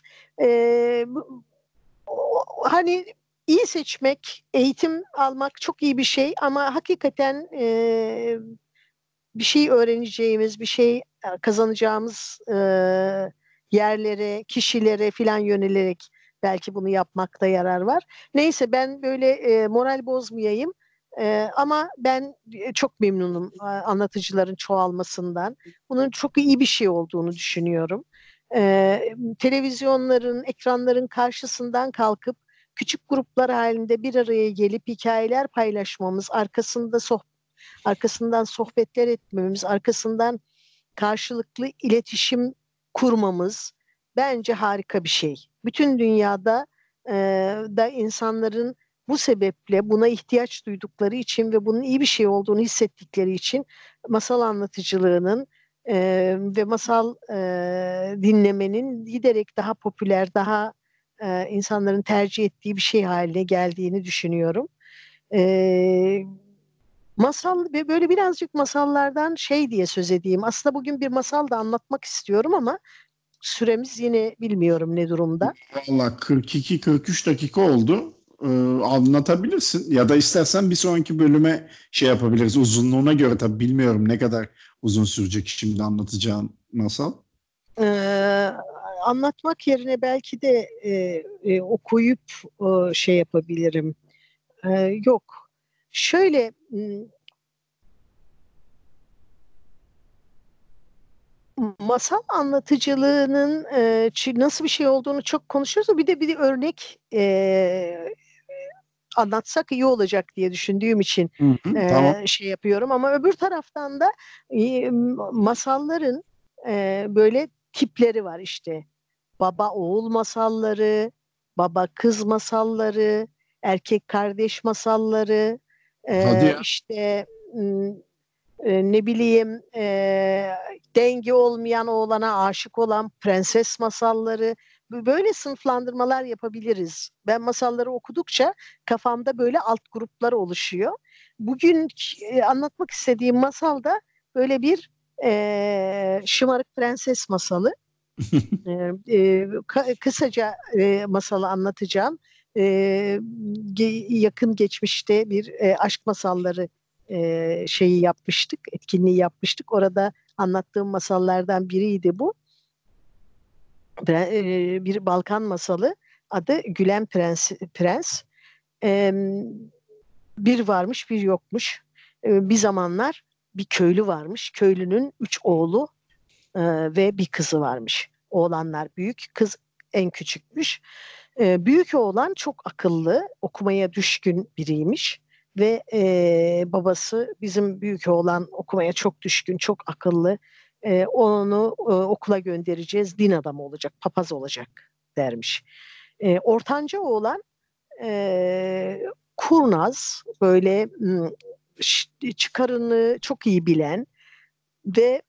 Hani iyi seçmek, eğitim almak çok iyi bir şey ama hakikaten bir şey öğreneceğimiz, bir şey kazanacağımız yerlere, kişilere filan yönelerek belki bunu yapmakta yarar var. Neyse ben böyle moral bozmayayım. Ama ben çok memnunum anlatıcıların çoğalmasından. Bunun çok iyi bir şey olduğunu düşünüyorum. Televizyonların, ekranların karşısından kalkıp küçük gruplar halinde bir araya gelip hikayeler paylaşmamız, arkasından sohbetler etmemiz, arkasından karşılıklı iletişim kurmamız bence harika bir şey. Bütün dünyada e, da insanların bu sebeple buna ihtiyaç duydukları için ve bunun iyi bir şey olduğunu hissettikleri için masal anlatıcılığının ve masal dinlemenin giderek daha popüler, daha insanların tercih ettiği bir şey haline geldiğini düşünüyorum. E, Masal ve böyle birazcık masallardan şey diye söz edeyim. Aslında bugün bir masal da anlatmak istiyorum ama süremiz yine bilmiyorum ne durumda.
Valla 42-43 dakika oldu. Anlatabilirsin. Ya da istersen bir sonraki bölüme şey yapabiliriz. Uzunluğuna göre tabii bilmiyorum ne kadar uzun sürecek şimdi anlatacağın masal.
Ee, Anlatmak yerine belki de okuyup şey yapabilirim. Yok. Şöyle masal anlatıcılığının nasıl bir şey olduğunu çok konuşuyoruz. Bir de örnek anlatsak iyi olacak diye düşündüğüm için
Hı hı, tamam.
şey yapıyorum. Ama öbür taraftan da masalların böyle tipleri var işte. Baba oğul masalları, baba kız masalları, erkek kardeş masalları,
Hadi ya.
işte ne bileyim dengi olmayan oğlana aşık olan prenses masalları, böyle sınıflandırmalar yapabiliriz. Ben masalları okudukça kafamda böyle alt gruplar oluşuyor. Bugün anlatmak istediğim masal da böyle bir şımarık prenses masalı. Kısaca masalı anlatacağım. Yakın geçmişte bir aşk masalları şeyi yapmıştık, etkinliği yapmıştık. Orada anlattığım masallardan biriydi bu. Bir Balkan masalı, adı Gülen Prens. E, Bir varmış, bir yokmuş. Bir zamanlar bir köylü varmış. Köylünün 3 oğlu ve bir kızı varmış. Oğlanlar büyük, kız en küçükmüş. Büyük oğlan çok akıllı, okumaya düşkün biriymiş ve babası bizim büyük oğlan okumaya çok düşkün, çok akıllı. Onu okula göndereceğiz, din adamı olacak, papaz olacak dermiş. Ortanca oğlan kurnaz, böyle çıkarını çok iyi bilen ve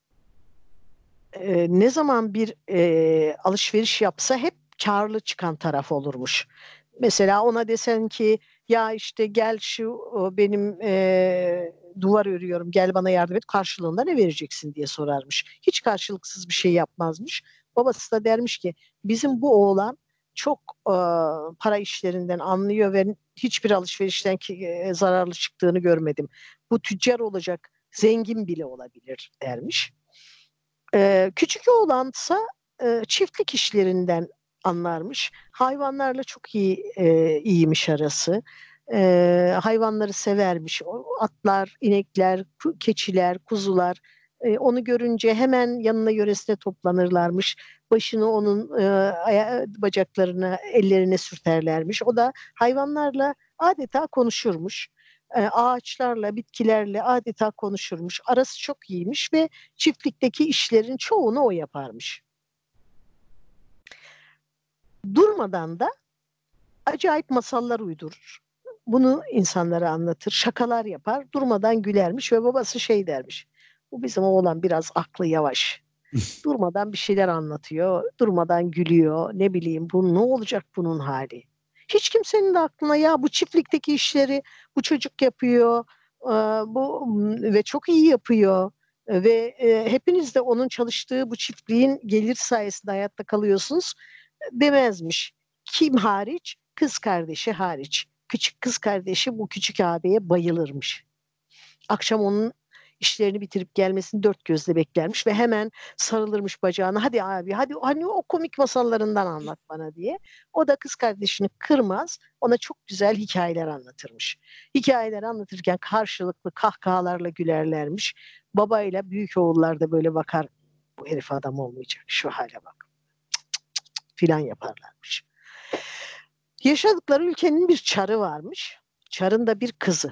ne zaman bir alışveriş yapsa hep karlı çıkan taraf olurmuş. Mesela ona desen ki ya işte gel şu benim duvar örüyorum gel bana yardım et karşılığında ne vereceksin diye sorarmış. Hiç karşılıksız bir şey yapmazmış. Babası da dermiş ki bizim bu oğlan çok para işlerinden anlıyor ve hiçbir alışverişten zararlı çıktığını görmedim. Bu tüccar olacak, zengin bile olabilir dermiş. Küçük oğlansa çiftlik işlerinden anlarmış. Hayvanlarla çok iyiymiş arası. Hayvanları severmiş. Atlar, inekler, keçiler, kuzular. Onu görünce hemen yanına yöresine toplanırlarmış. Başını onun bacaklarına, ellerine sürterlermiş. O da hayvanlarla adeta konuşurmuş. Ağaçlarla, bitkilerle adeta konuşurmuş. Arası çok iyiymiş ve çiftlikteki işlerin çoğunu o yaparmış. Durmadan da acayip masallar uydurur. Bunu insanlara anlatır, şakalar yapar, durmadan gülermiş ve babası şey dermiş. Bu bizim oğlan biraz aklı yavaş. Durmadan bir şeyler anlatıyor, durmadan gülüyor. Ne bileyim bu ne olacak bunun hali? Hiç kimsenin de aklına ya bu çiftlikteki işleri bu çocuk yapıyor, bu ve çok iyi yapıyor ve hepiniz de onun çalıştığı bu çiftliğin gelir sayesinde hayatta kalıyorsunuz demezmiş. Kim hariç? Kız kardeşi hariç. Küçük kız kardeşi bu küçük abiye bayılırmış. Akşam onun işlerini bitirip gelmesini dört gözle beklermiş ve hemen sarılırmış bacağına. Hadi abi, hadi hani o komik masallarından anlat bana diye. O da kız kardeşini kırmaz, ona çok güzel hikayeler anlatırmış. Hikayeler anlatırken karşılıklı kahkahalarla gülerlermiş. Babayla büyük oğullar da böyle bakar. Bu herif adam olmayacak, şu hale bak filan yaparlarmış. Yaşadıkları ülkenin bir çarı varmış. Çarın da bir kızı.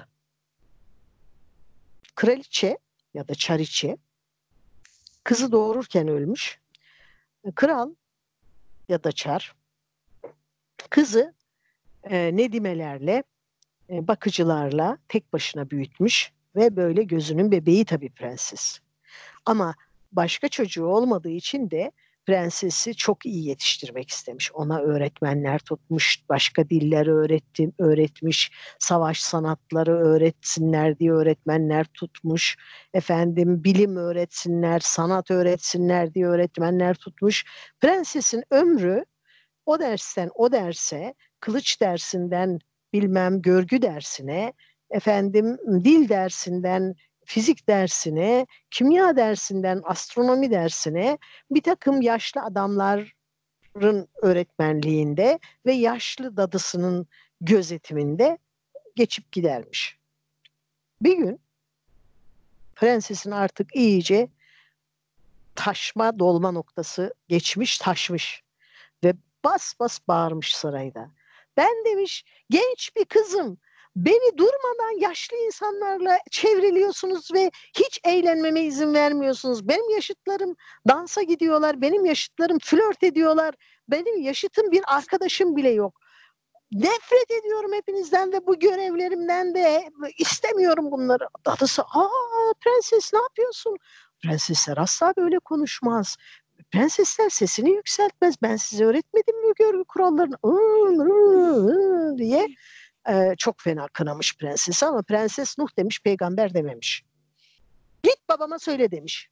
Kraliçe ya da çariçe kızı doğururken ölmüş. Kral ya da çar kızı nedimelerle, bakıcılarla tek başına büyütmüş ve böyle gözünün bebeği tabii prenses. Ama başka çocuğu olmadığı için de prensesi çok iyi yetiştirmek istemiş. Ona öğretmenler tutmuş, başka diller öğretmiş, savaş sanatları öğretsinler diye öğretmenler tutmuş. Efendim bilim öğretsinler, sanat öğretsinler diye öğretmenler tutmuş. Prensesin ömrü o dersten o derse, kılıç dersinden bilmem görgü dersine, efendim dil dersinden fizik dersine, kimya dersinden astronomi dersine bir takım yaşlı adamların öğretmenliğinde ve yaşlı dadısının gözetiminde geçip gidermiş. Bir gün prensesin artık iyice taşma dolma noktası geçmiş taşmış ve bas bas bağırmış sarayda. Ben demiş genç bir kızım. Beni durmadan yaşlı insanlarla çevriliyorsunuz ve hiç eğlenmeme izin vermiyorsunuz. Benim yaşıtlarım dansa gidiyorlar, benim yaşıtlarım flört ediyorlar. Benim yaşıtım bir arkadaşım bile yok. Nefret ediyorum hepinizden ve bu görevlerimden de istemiyorum bunları. Dadısı, prenses ne yapıyorsun? Prensesler asla böyle konuşmaz. Prensesler sesini yükseltmez. Ben size öğretmedim mi görgü kurallarını? Diye çok fena kınamış prensesi ama prenses Nuh demiş, peygamber dememiş. Git babama söyle demiş.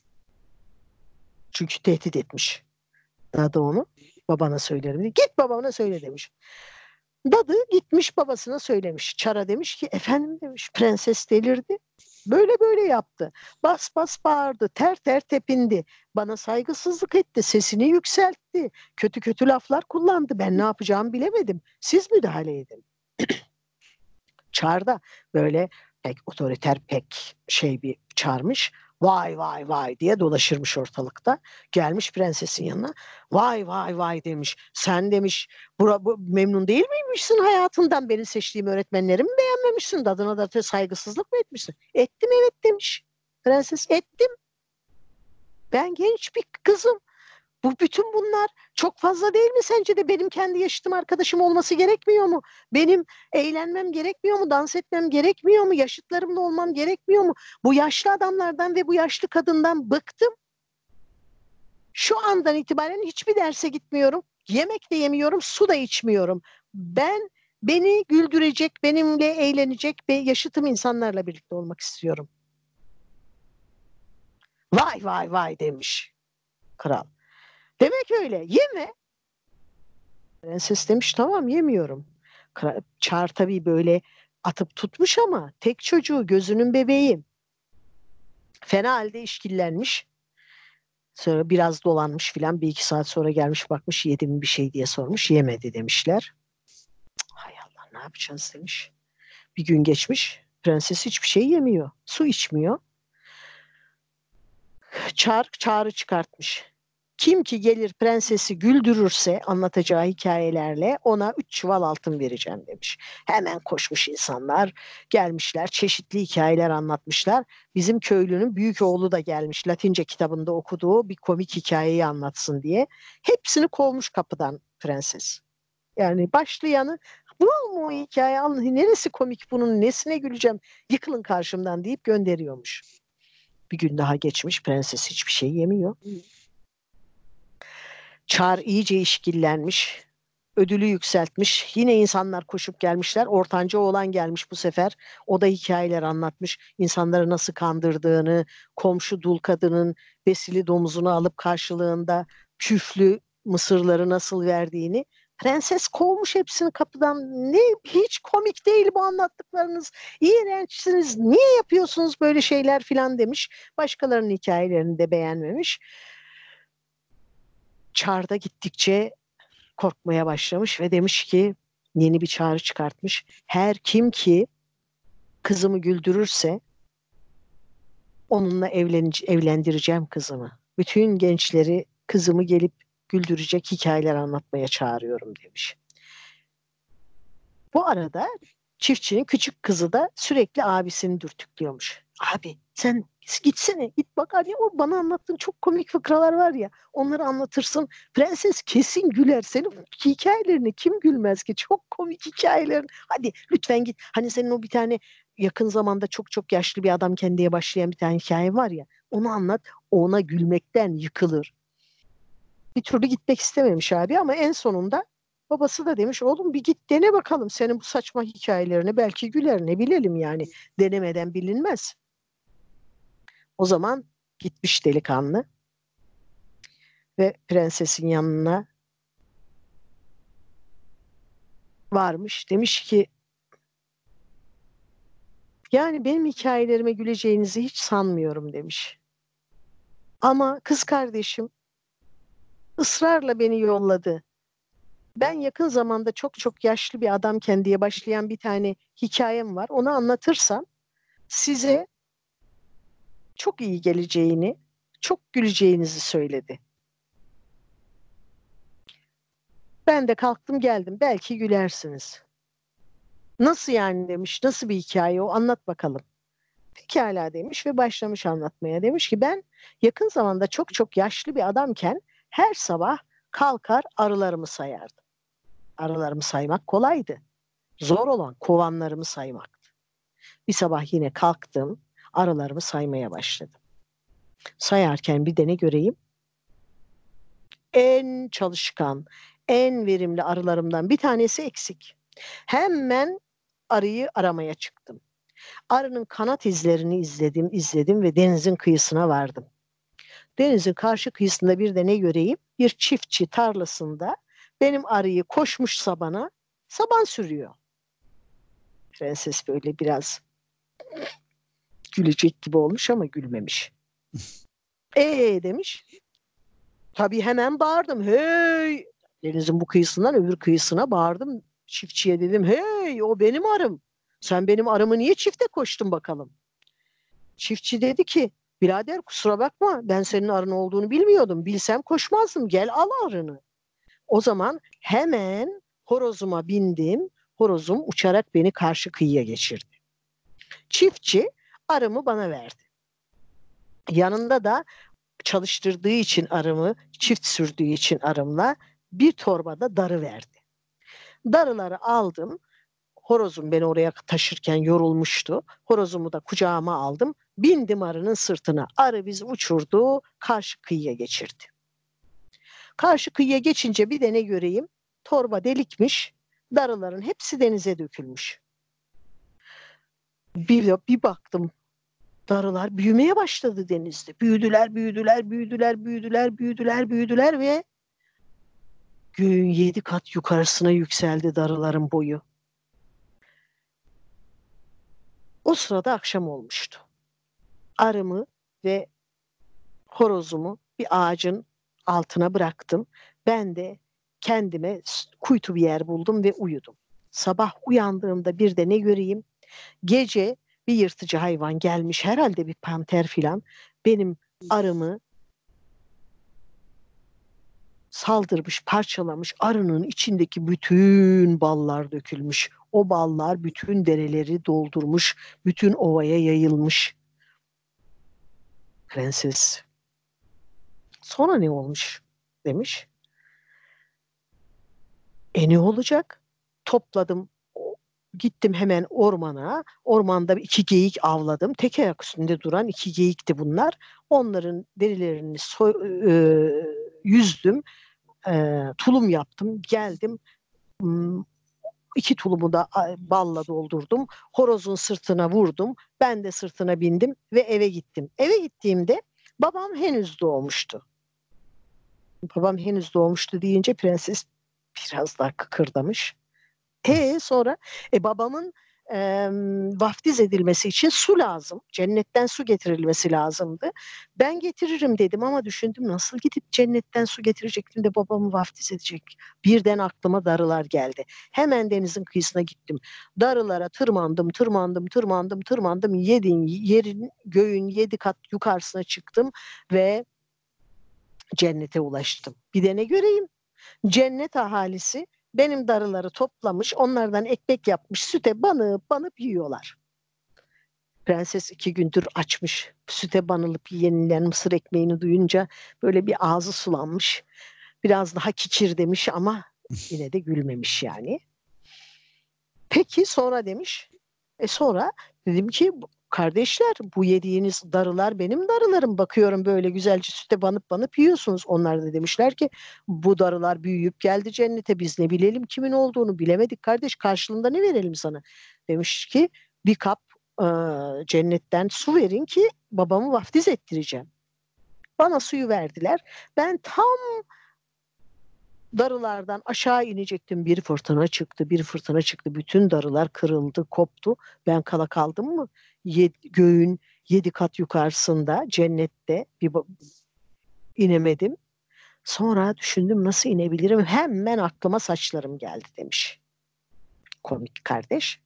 Çünkü tehdit etmiş. Dadı onu babana söylerim diye. Git babana söyle demiş. Dadı gitmiş babasına söylemiş. Çara demiş ki efendim demiş prenses delirdi. Böyle böyle yaptı. Bas bas bağırdı. Ter ter tepindi. Bana saygısızlık etti. Sesini yükseltti. Kötü kötü laflar kullandı. Ben ne yapacağımı bilemedim. Siz müdahale edin. Çar da böyle pek otoriter pek şey bir çarmış. Vay vay vay diye dolaşırmış ortalıkta. Gelmiş prensesin yanına. Vay vay vay demiş. Sen demiş memnun değil miymişsin hayatından? Benim seçtiğim öğretmenlerimi beğenmemişsin. Dadına da saygısızlık mı etmişsin? Ettim evet demiş. Prenses ettim. Ben genç bir kızım. Bütün bunlar çok fazla değil mi sence de? Benim kendi yaşıtım arkadaşım olması gerekmiyor mu? Benim eğlenmem gerekmiyor mu? Dans etmem gerekmiyor mu? Yaşıtlarımla olmam gerekmiyor mu? Bu yaşlı adamlardan ve bu yaşlı kadından bıktım. Şu andan itibaren hiçbir derse gitmiyorum. Yemek de yemiyorum, su da içmiyorum. Beni güldürecek, benimle eğlenecek ve yaşıtım insanlarla birlikte olmak istiyorum. Vay vay vay demiş kral. Demek öyle. Yeme. Prenses demiş tamam yemiyorum. Çar tabii böyle atıp tutmuş ama tek çocuğu gözünün bebeği. Fena halde işkillenmiş. Sonra biraz dolanmış filan bir iki saat sonra gelmiş bakmış yedi mi bir şey diye sormuş. Yemedi demişler. Hay Allah ne yapacağız demiş. Bir gün geçmiş. Prenses hiçbir şey yemiyor. Su içmiyor. Çağrı çıkartmış. Kim ki gelir prensesi güldürürse anlatacağı hikayelerle ona 3 çuval altın vereceğim demiş. Hemen koşmuş insanlar gelmişler çeşitli hikayeler anlatmışlar. Bizim köylünün büyük oğlu da gelmiş Latince kitabında okuduğu bir komik hikayeyi anlatsın diye. Hepsini kovmuş kapıdan prenses. Yani başlayanı bu mu o hikaye neresi komik bunun nesine güleceğim yıkılın karşımdan deyip gönderiyormuş. Bir gün daha geçmiş prenses hiçbir şey yemiyor. Çar iyice işkillenmiş. Ödülü yükseltmiş. Yine insanlar koşup gelmişler. Ortanca oğlan gelmiş bu sefer. O da hikayeler anlatmış. İnsanları nasıl kandırdığını, komşu dul kadının besili domuzunu alıp karşılığında küflü mısırları nasıl verdiğini. Prenses kovmuş hepsini kapıdan. Ne hiç komik değil bu anlattıklarınız. İğrençsiniz. Niye yapıyorsunuz böyle şeyler filan demiş. Başkalarının hikayelerini de beğenmemiş. Çar da gittikçe korkmaya başlamış ve demiş ki yeni bir çağrı çıkartmış. Her kim ki kızımı güldürürse onunla evlendireceğim kızımı. Bütün gençleri kızımı gelip güldürecek hikayeler anlatmaya çağırıyorum demiş. Bu arada çiftçinin küçük kızı da sürekli abisini dürtüklüyormuş. Abi sen gitsene git bak hani o bana anlattığın çok komik fıkralar var ya onları anlatırsın. Prenses kesin güler. Senin hikayelerini kim gülmez ki? Çok komik hikayelerin. Hadi lütfen git. Hani senin o bir tane yakın zamanda çok çok yaşlı bir adam kendiye başlayan bir tane hikaye var ya onu anlat. Ona gülmekten yıkılır. Bir türlü gitmek istememiş abi ama en sonunda babası da demiş oğlum bir git dene bakalım senin bu saçma hikayelerini belki güler ne bilelim yani denemeden bilinmez. O zaman gitmiş delikanlı ve prensesin yanına varmış demiş ki yani benim hikayelerime güleceğinizi hiç sanmıyorum demiş. Ama kız kardeşim ısrarla beni yolladı. Ben yakın zamanda çok çok yaşlı bir adamken diye başlayan bir tane hikayem var. Onu anlatırsam size çok iyi geleceğini, çok güleceğinizi söyledi. Ben de kalktım geldim. Belki gülersiniz. Nasıl yani demiş. Nasıl bir hikaye o? Anlat bakalım. Pekala demiş ve başlamış anlatmaya. Demiş ki ben yakın zamanda çok çok yaşlı bir adamken her sabah kalkar arılarımı sayardım. Arılarımı saymak kolaydı. Zor olan kovanlarımı saymaktı. Bir sabah yine kalktım, arılarımı saymaya başladım. Sayarken bir de ne göreyim? En çalışkan, en verimli arılarımdan bir tanesi eksik. Hemen arıyı aramaya çıktım. Arının kanat izlerini izledim ve denizin kıyısına vardım. Denizin karşı kıyısında bir de ne göreyim? Bir çiftçi tarlasında benim arıyı koşmuş sabana, saban sürüyor. Prenses böyle biraz gülecek gibi olmuş ama gülmemiş. Demiş. Tabii hemen bağırdım. Hey! Denizin bu kıyısından öbür kıyısına bağırdım. Çiftçiye dedim. Hey o benim arım. Sen benim arımı niye çifte koştun bakalım? Çiftçi dedi ki Birader kusura bakma, ben senin arın olduğunu bilmiyordum. Bilsem koşmazdım. Gel al arını. O zaman hemen horozuma bindim. Horozum uçarak beni karşı kıyıya geçirdi. Çiftçi arımı bana verdi. Yanında da çalıştırdığı için arımı, çift sürdüğü için arımla bir torbada darı verdi. Darıları aldım. Horozum beni oraya taşırken yorulmuştu. Horozumu da kucağıma aldım. Bindim arının sırtına. Arı bizi uçurdu, karşı kıyıya geçirdi. Karşı kıyıya geçince bir de ne göreyim? Torba delikmiş. Darıların hepsi denize dökülmüş. Bir baktım, darılar büyümeye başladı denizde. Büyüdüler, büyüdüler, büyüdüler, büyüdüler, büyüdüler, büyüdüler ve göğün 7 kat yukarısına yükseldi darıların boyu. O sırada akşam olmuştu. Arımı ve horozumu bir ağacın altına bıraktım. Ben de kendime kuytu bir yer buldum ve uyudum. Sabah uyandığımda bir de ne göreyim? Gece bir yırtıcı hayvan gelmiş, herhalde bir panter filan, benim arımı saldırmış, parçalamış. Arının içindeki bütün ballar dökülmüş. O ballar bütün dereleri doldurmuş, bütün ovaya yayılmış. Prenses, sonra ne olmuş demiş. Ne olacak? Topladım, gittim hemen ormana. Ormanda 2 geyik avladım. Tek ayak üstünde duran 2 geyikti bunlar. Onların derilerini yüzdüm. Tulum yaptım. Geldim. 2 tulumu da balla doldurdum. Horozun sırtına vurdum. Ben de sırtına bindim ve eve gittim. Eve gittiğimde babam henüz doğmuştu. Babam henüz doğmuştu deyince prenses biraz daha kıkırdamış. Sonra babamın vaftiz edilmesi için su lazım. Cennetten su getirilmesi lazımdı. Ben getiririm dedim ama düşündüm, nasıl gidip cennetten su getirecektim de babamı vaftiz edecek. Birden aklıma darılar geldi. Hemen denizin kıyısına gittim. Darılara tırmandım, tırmandım, tırmandım, tırmandım. Yerin, göğün 7 kat yukarısına çıktım ve cennete ulaştım. Bir de ne göreyim? Cennet ahalisi benim darıları toplamış, onlardan ekmek yapmış, süte banıp banıp yiyorlar. Prenses 2 gündür açmış. Süte banılıp yenilen mısır ekmeğini duyunca böyle bir ağzı sulanmış. Biraz daha kiçir demiş ama yine de gülmemiş yani. Peki sonra demiş. Sonra dedim ki, kardeşler, bu yediğiniz darılar benim darılarım. Bakıyorum böyle güzelce süte banıp banıp yiyorsunuz. Onlar da demişler ki, bu darılar büyüyüp geldi cennete. Biz ne bilelim kimin olduğunu, bilemedik kardeş. Karşılığında ne verelim sana? Demiş ki, bir kap e, cennetten su verin ki babamı vaftiz ettireceğim. Bana suyu verdiler. Ben tam darılardan aşağı inecektim. Bir fırtına çıktı, bir fırtına çıktı. Bütün darılar kırıldı, koptu. Ben kala kaldım mı? Göğün 7 kat yukarısında, cennette inemedim. Sonra düşündüm, nasıl inebilirim? Hemen aklıma saçlarım geldi demiş. Komik kardeş.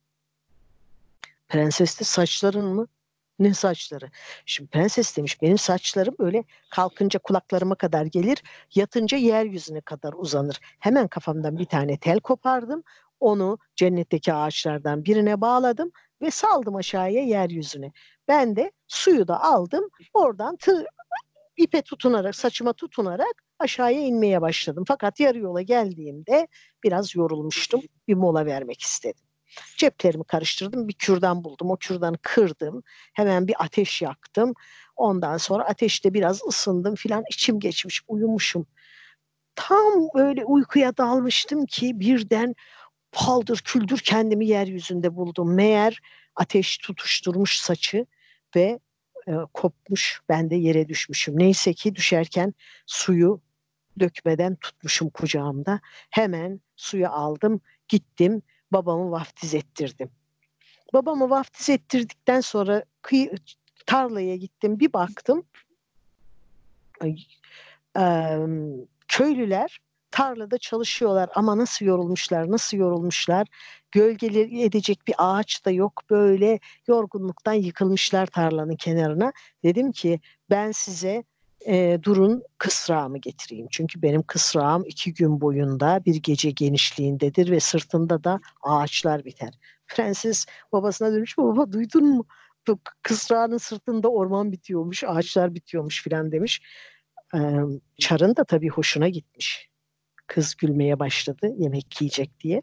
Prenses de, saçların mı? Ne saçları? Şimdi prenses demiş, benim saçlarım öyle kalkınca kulaklarıma kadar gelir, yatınca yeryüzüne kadar uzanır. Hemen kafamdan bir tane tel kopardım. Onu cennetteki ağaçlardan birine bağladım ve saldım aşağıya, yeryüzüne. Ben de suyu da aldım. Oradan ipe tutunarak, saçıma tutunarak aşağıya inmeye başladım. Fakat yarı yola geldiğimde biraz yorulmuştum. Bir mola vermek istedim. Ceplerimi karıştırdım, bir kürdan buldum. O kürdanı kırdım. Hemen bir ateş yaktım. Ondan sonra ateşte biraz ısındım filan. İçim geçmiş, uyumuşum. Tam öyle uykuya dalmıştım ki birden paldır küldür kendimi yeryüzünde buldum. Meğer ateş tutuşturmuş saçı ve kopmuş. Ben de yere düşmüşüm. Neyse ki düşerken suyu dökmeden tutmuşum kucağımda. Hemen suyu aldım, gittim, babamı vaftiz ettirdim. Babamı vaftiz ettirdikten sonra tarlaya gittim, bir baktım köylüler tarlada çalışıyorlar ama nasıl yorulmuşlar, nasıl yorulmuşlar. Gölgeleri edecek bir ağaç da yok. Böyle yorgunluktan yıkılmışlar tarlanın kenarına. Dedim ki ben size durun kısrağımı getireyim. Çünkü benim kısrağım 2 gün boyunda bir gece genişliğindedir ve sırtında da ağaçlar biter. Prenses babasına demiş, baba duydun mu? Bu kısrağının sırtında orman bitiyormuş, ağaçlar bitiyormuş filan demiş. Ee, Çar'ın da tabii hoşuna gitmiş. Kız gülmeye başladı yemek yiyecek diye.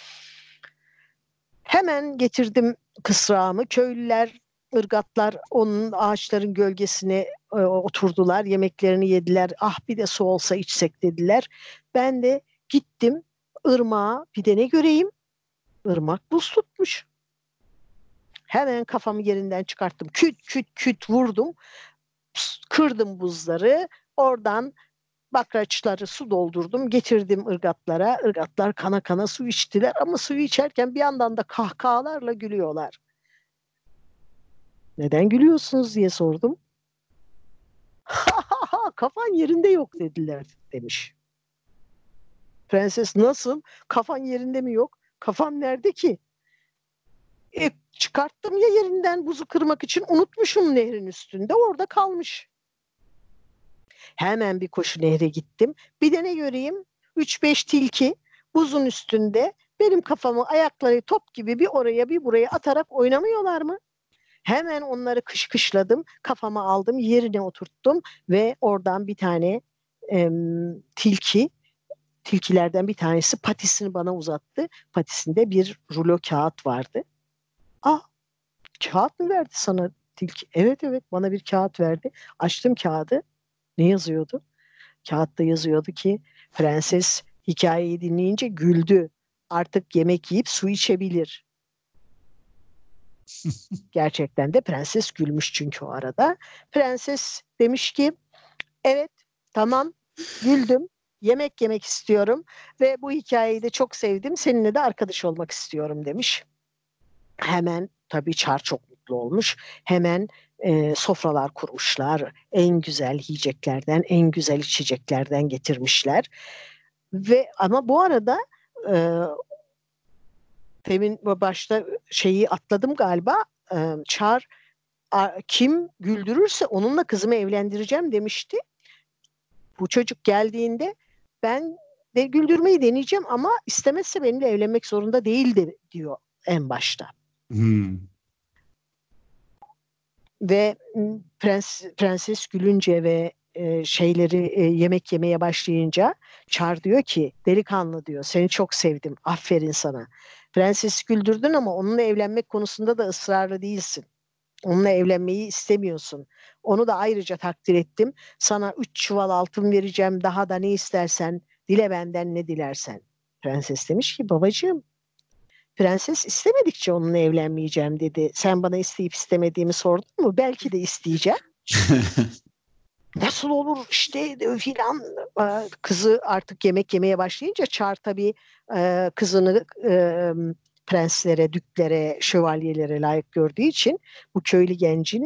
Hemen getirdim kısrağımı. Köylüler, ırgatlar onun ağaçların gölgesine oturdular. Yemeklerini yediler. Ah bir de su olsa içsek dediler. Ben de gittim ırmağa, bir de ne göreyim? Irmak buz tutmuş. Hemen kafamı yerinden çıkarttım. Küt küt küt vurdum. Kırdım buzları. Oradan bakraçları su doldurdum. Getirdim ırgatlara. Irgatlar kana kana su içtiler. Ama suyu içerken bir yandan da kahkahalarla gülüyorlar. Neden gülüyorsunuz diye sordum. Kafan yerinde yok dediler demiş. Prenses nasıl? Kafan yerinde mi yok? Kafam nerede ki? Çıkarttım ya yerinden buzu kırmak için, unutmuşum nehrin üstünde, orada kalmış. Hemen bir koşu nehre gittim. Bir de ne göreyim? 3-5 tilki buzun üstünde benim kafamı ayakları top gibi bir oraya bir buraya atarak oynamıyorlar mı? Hemen onları kışkışladım. Kafama aldım, yerine oturttum ve oradan bir tane tilkilerden bir tanesi patisini bana uzattı. Patisinde bir rulo kağıt vardı. Ah, kağıt mı verdi sana tilki? Evet evet, bana bir kağıt verdi. Açtım kağıdı. Ne yazıyordu? Kağıtta yazıyordu ki prenses hikayeyi dinleyince güldü. Artık yemek yiyip su içebilir. Gerçekten de prenses gülmüş çünkü o arada. Prenses demiş ki evet tamam, güldüm. Yemek yemek istiyorum ve bu hikayeyi de çok sevdim. Seninle de arkadaş olmak istiyorum demiş. Hemen tabii Çar çok mutlu olmuş. Hemen sofralar kurmuşlar. En güzel yiyeceklerden, en güzel içeceklerden getirmişler. Ve ama bu arada e, demin başta şeyi atladım galiba. Çar kim güldürürse onunla kızımı evlendireceğim demişti. Bu çocuk geldiğinde ben de güldürmeyi deneyeceğim ama istemezse benimle evlenmek zorunda değil de, diyor en başta. Ve prenses gülünce ve yemek yemeye başlayınca Çar diyor ki delikanlı diyor, seni çok sevdim, aferin sana. Prensesi güldürdün ama onunla evlenmek konusunda da ısrarlı değilsin. Onunla evlenmeyi istemiyorsun. Onu da ayrıca takdir ettim. Sana 3 çuval altın vereceğim, daha da ne istersen, dile benden ne dilersen. Prenses demiş ki babacığım, prenses istemedikçe onunla evlenmeyeceğim dedi. Sen bana isteyip istemediğimi sordun mu? Belki de isteyeceğim. Nasıl olur işte filan. Kızı artık yemek yemeye başlayınca Çar tabii kızını prenslere, düklere, şövalyelere layık gördüğü için bu köylü gencin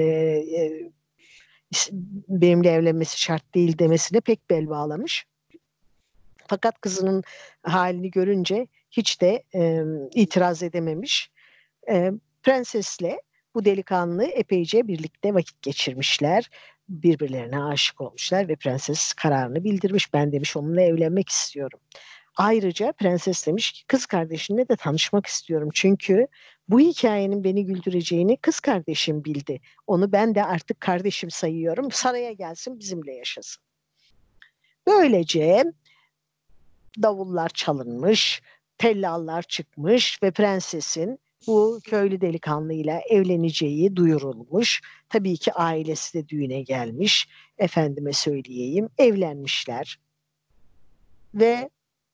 benimle evlenmesi şart değil demesine pek bel bağlamış. Fakat kızının halini görünce hiç de itiraz edememiş. Prensesle bu delikanlı epeyce birlikte vakit geçirmişler. Birbirlerine aşık olmuşlar ve prenses kararını bildirmiş. Ben demiş onunla evlenmek istiyorum. Ayrıca prenses demiş ki kız kardeşimle de tanışmak istiyorum. Çünkü bu hikayenin beni güldüreceğini kız kardeşim bildi. Onu ben de artık kardeşim sayıyorum. Saraya gelsin, bizimle yaşasın. Böylece davullar çalınmış, tellallar çıkmış ve prensesin bu köylü delikanlıyla evleneceği duyurulmuş. Tabii ki ailesi de düğüne gelmiş. Efendime söyleyeyim, evlenmişler. Ve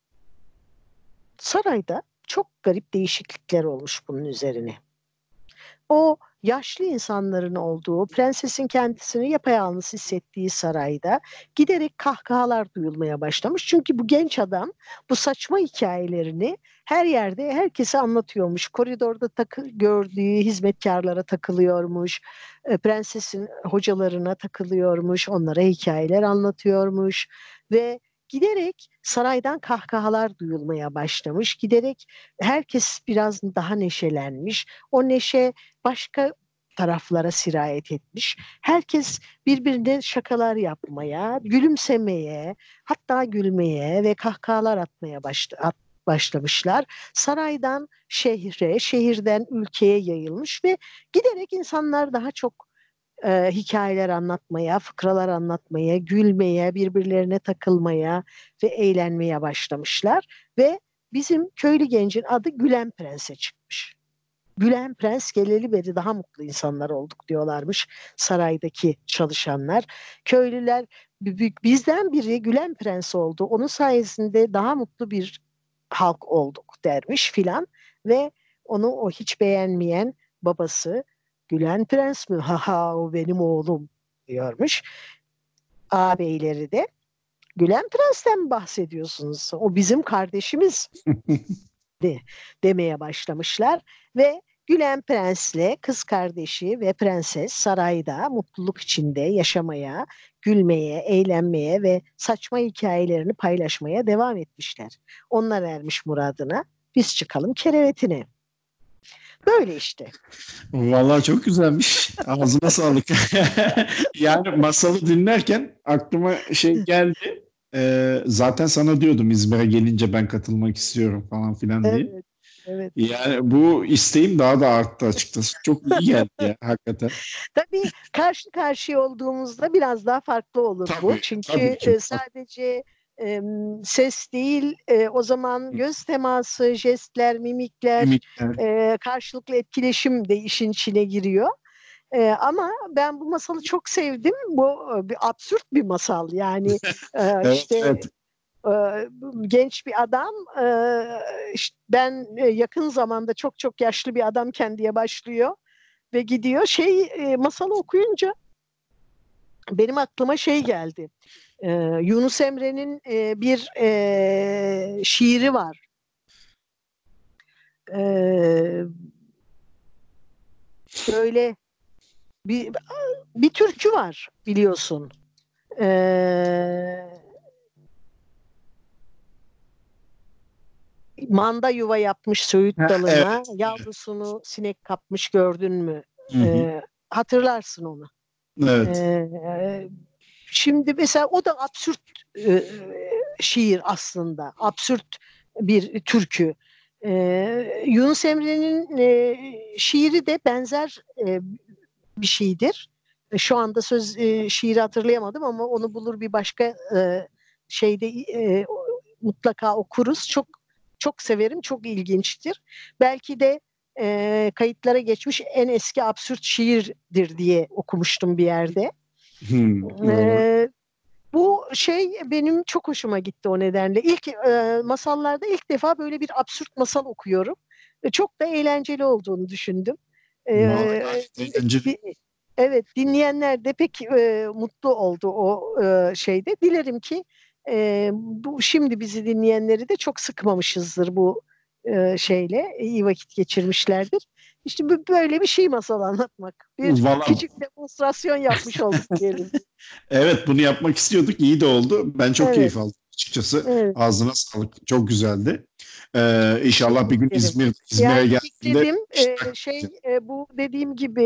sarayda çok garip değişiklikler olmuş bunun üzerine. O yaşlı insanların olduğu, prensesin kendisini yapayalnız hissettiği sarayda giderek kahkahalar duyulmaya başlamış. Çünkü bu genç adam bu saçma hikayelerini her yerde herkese anlatıyormuş. Koridorda gördüğü hizmetkarlara takılıyormuş. Prensesin hocalarına takılıyormuş. Onlara hikayeler anlatıyormuş. Ve giderek saraydan kahkahalar duyulmaya başlamış. Giderek herkes biraz daha neşelenmiş. O neşe başka taraflara sirayet etmiş. Herkes birbirine şakalar yapmaya, gülümsemeye, hatta gülmeye ve kahkahalar atmaya başlamışlar. Saraydan şehre, şehirden ülkeye yayılmış ve giderek insanlar daha çok hikayeler anlatmaya, fıkralar anlatmaya, gülmeye, birbirlerine takılmaya ve eğlenmeye başlamışlar. Ve bizim köylü gencin adı Gülen Prens'e çıkmış. Gülen Prens geleli beri daha mutlu insanlar olduk diyorlarmış saraydaki çalışanlar. Köylüler bizden biri Gülen Prens oldu. Onun sayesinde daha mutlu bir halk olduk dermiş filan ve onu o hiç beğenmeyen babası Gülen Prens mi? Haha o benim oğlum diyormuş. Ağabeyleri de Gülen Prens'ten mi bahsediyorsunuz? O bizim kardeşimiz demeye başlamışlar ve Gülen Prens'le kız kardeşi ve prenses sarayda mutluluk içinde yaşamaya, gülmeye, eğlenmeye ve saçma hikayelerini paylaşmaya devam etmişler. Onlar ermiş muradına, biz çıkalım kerevetine. Böyle işte.
Vallahi çok güzelmiş. Ağzına sağlık. Yani masalı dinlerken aklıma şey geldi. Zaten sana diyordum İzmir'e gelince ben katılmak istiyorum falan filan diye.
Evet, evet.
Yani bu isteğim daha da arttı açıkçası. Çok iyi geldi ya hakikaten.
Tabii karşı karşıya olduğumuzda biraz daha farklı olur bu.
Tabii,
Çünkü
tabii ki.
sadece ses değil, o zaman göz teması, jestler, mimikler,
Mimikler.
karşılıklı etkileşim de işin içine giriyor. Ama ben bu masalı çok sevdim. Bu bir absürt bir masal. Yani
Evet,
işte
evet.
e, genç bir adam, işte ben yakın zamanda çok çok yaşlı bir adamken diye başlıyor ve gidiyor. Masalı okuyunca benim aklıma şey geldi. Yunus Emre'nin bir şiiri var. Ee, Böyle bir bir türkü var biliyorsun. Ee, Manda yuva yapmış söğüt
Ha,
dalına,
evet.
yavrusunu sinek kapmış gördün mü?
Hı hı.
Hatırlarsın onu.
Evet.
Ee, Şimdi mesela o da absürt e, şiir aslında. Absürt bir türkü. Yunus Emre'nin şiiri de benzer bir şeydir. Şu anda şiiri hatırlayamadım ama onu bulur bir başka şeyde mutlaka okuruz. Çok çok severim, çok ilginçtir. Belki de kayıtlara geçmiş en eski absürt şiirdir diye okumuştum bir yerde.
Vallahi.
E, Bu benim çok hoşuma gitti o nedenle. İlk masallarda ilk defa böyle bir absürt masal okuyorum. Çok da eğlenceli olduğunu düşündüm.
Vallahi
E,
gayet eğlenceli.
evet, dinleyenler de pek mutlu oldu o şeyde. Dilerim ki bu şimdi bizi dinleyenleri de çok sıkmamışızdır bu şeyle. İyi vakit geçirmişlerdir. İşte böyle bir şey masal anlatmak. Bir
Vallahi
küçük demonstrasyon yapmış olduk diyelim.
evet, bunu yapmak istiyorduk. İyi de oldu. Ben çok
Evet,
keyif aldım açıkçası.
evet.
Ağzına sağlık. Çok güzeldi. İnşallah bir
Teşekkür
gün
ederim.
İzmir'e
Yani
geldiğinde
fikledim
iştirak edeceğim.
bu dediğim gibi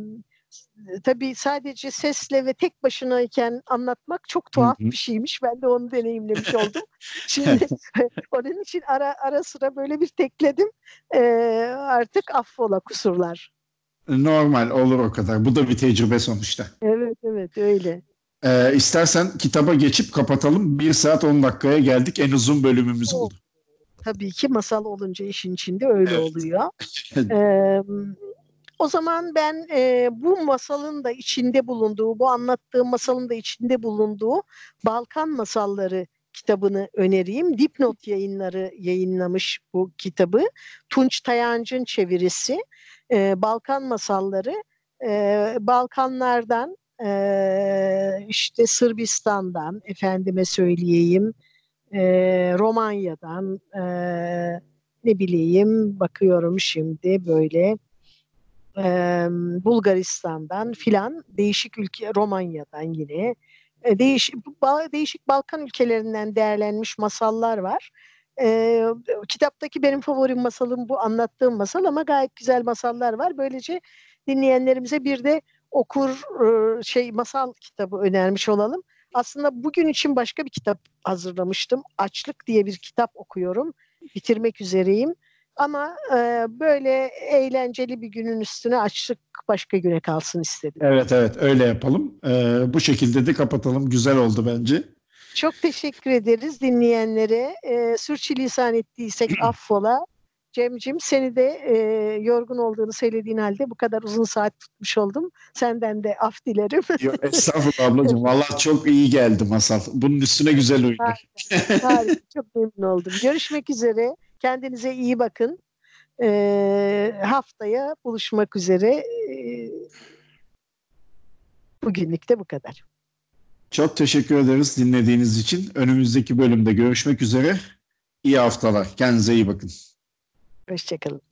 tabii sadece sesle ve tek başınayken anlatmak çok
Hı
tuhaf
hı.
bir şeymiş. Ben de onu deneyimlemiş oldum. Şimdi onun için ara sıra böyle bir tekledim. E, Artık affola kusurlar.
Normal olur o kadar. Bu da bir tecrübe sonuçta.
Evet, evet, öyle.
İstersen kitaba geçip kapatalım. 1 saat 10 dakikaya geldik. En uzun bölümümüz
O,
oldu.
tabii ki masal olunca işin içinde öyle
Evet.
oluyor. E, O zaman ben bu masalın da içinde bulunduğu, bu anlattığım masalın da içinde bulunduğu Balkan Masalları kitabını önereyim. Dipnot Yayınları yayınlamış bu kitabı. Tunç Tayancı'nın çevirisi. Balkan Masalları, Balkanlardan, işte Sırbistan'dan, efendime söyleyeyim, Romanya'dan, ne bileyim, bakıyorum şimdi böyle Bulgaristan'dan filan değişik ülke, Romanya'dan yine Değişik Balkan ülkelerinden değerlenmiş masallar var. E, Kitaptaki benim favorim masalım bu anlattığım masal ama gayet güzel masallar var. Böylece dinleyenlerimize bir de masal kitabı önermiş olalım. Aslında bugün için başka bir kitap hazırlamıştım. Açlık diye bir kitap okuyorum. Bitirmek üzereyim. Ama böyle eğlenceli bir günün üstüne açlık başka güne kalsın istedim.
Evet, evet, öyle yapalım. Bu şekilde de kapatalım. Güzel oldu bence.
Çok teşekkür ederiz dinleyenlere. Sürçülisan ettiysek affola. Cemcim seni de yorgun olduğunu söylediğin halde bu kadar uzun saat tutmuş oldum. Senden de af dilerim.
Estağfurullah ablacığım. Vallahi çok iyi geldi masal. Bunun üstüne güzel uydu.
Harika, harika. Çok memnun oldum. Görüşmek üzere. Kendinize iyi bakın. Haftaya buluşmak üzere. Bugünlük de bu kadar.
Çok teşekkür ederiz dinlediğiniz için. Önümüzdeki bölümde görüşmek üzere. İyi haftalar. Kendinize iyi bakın.
Hoşçakalın.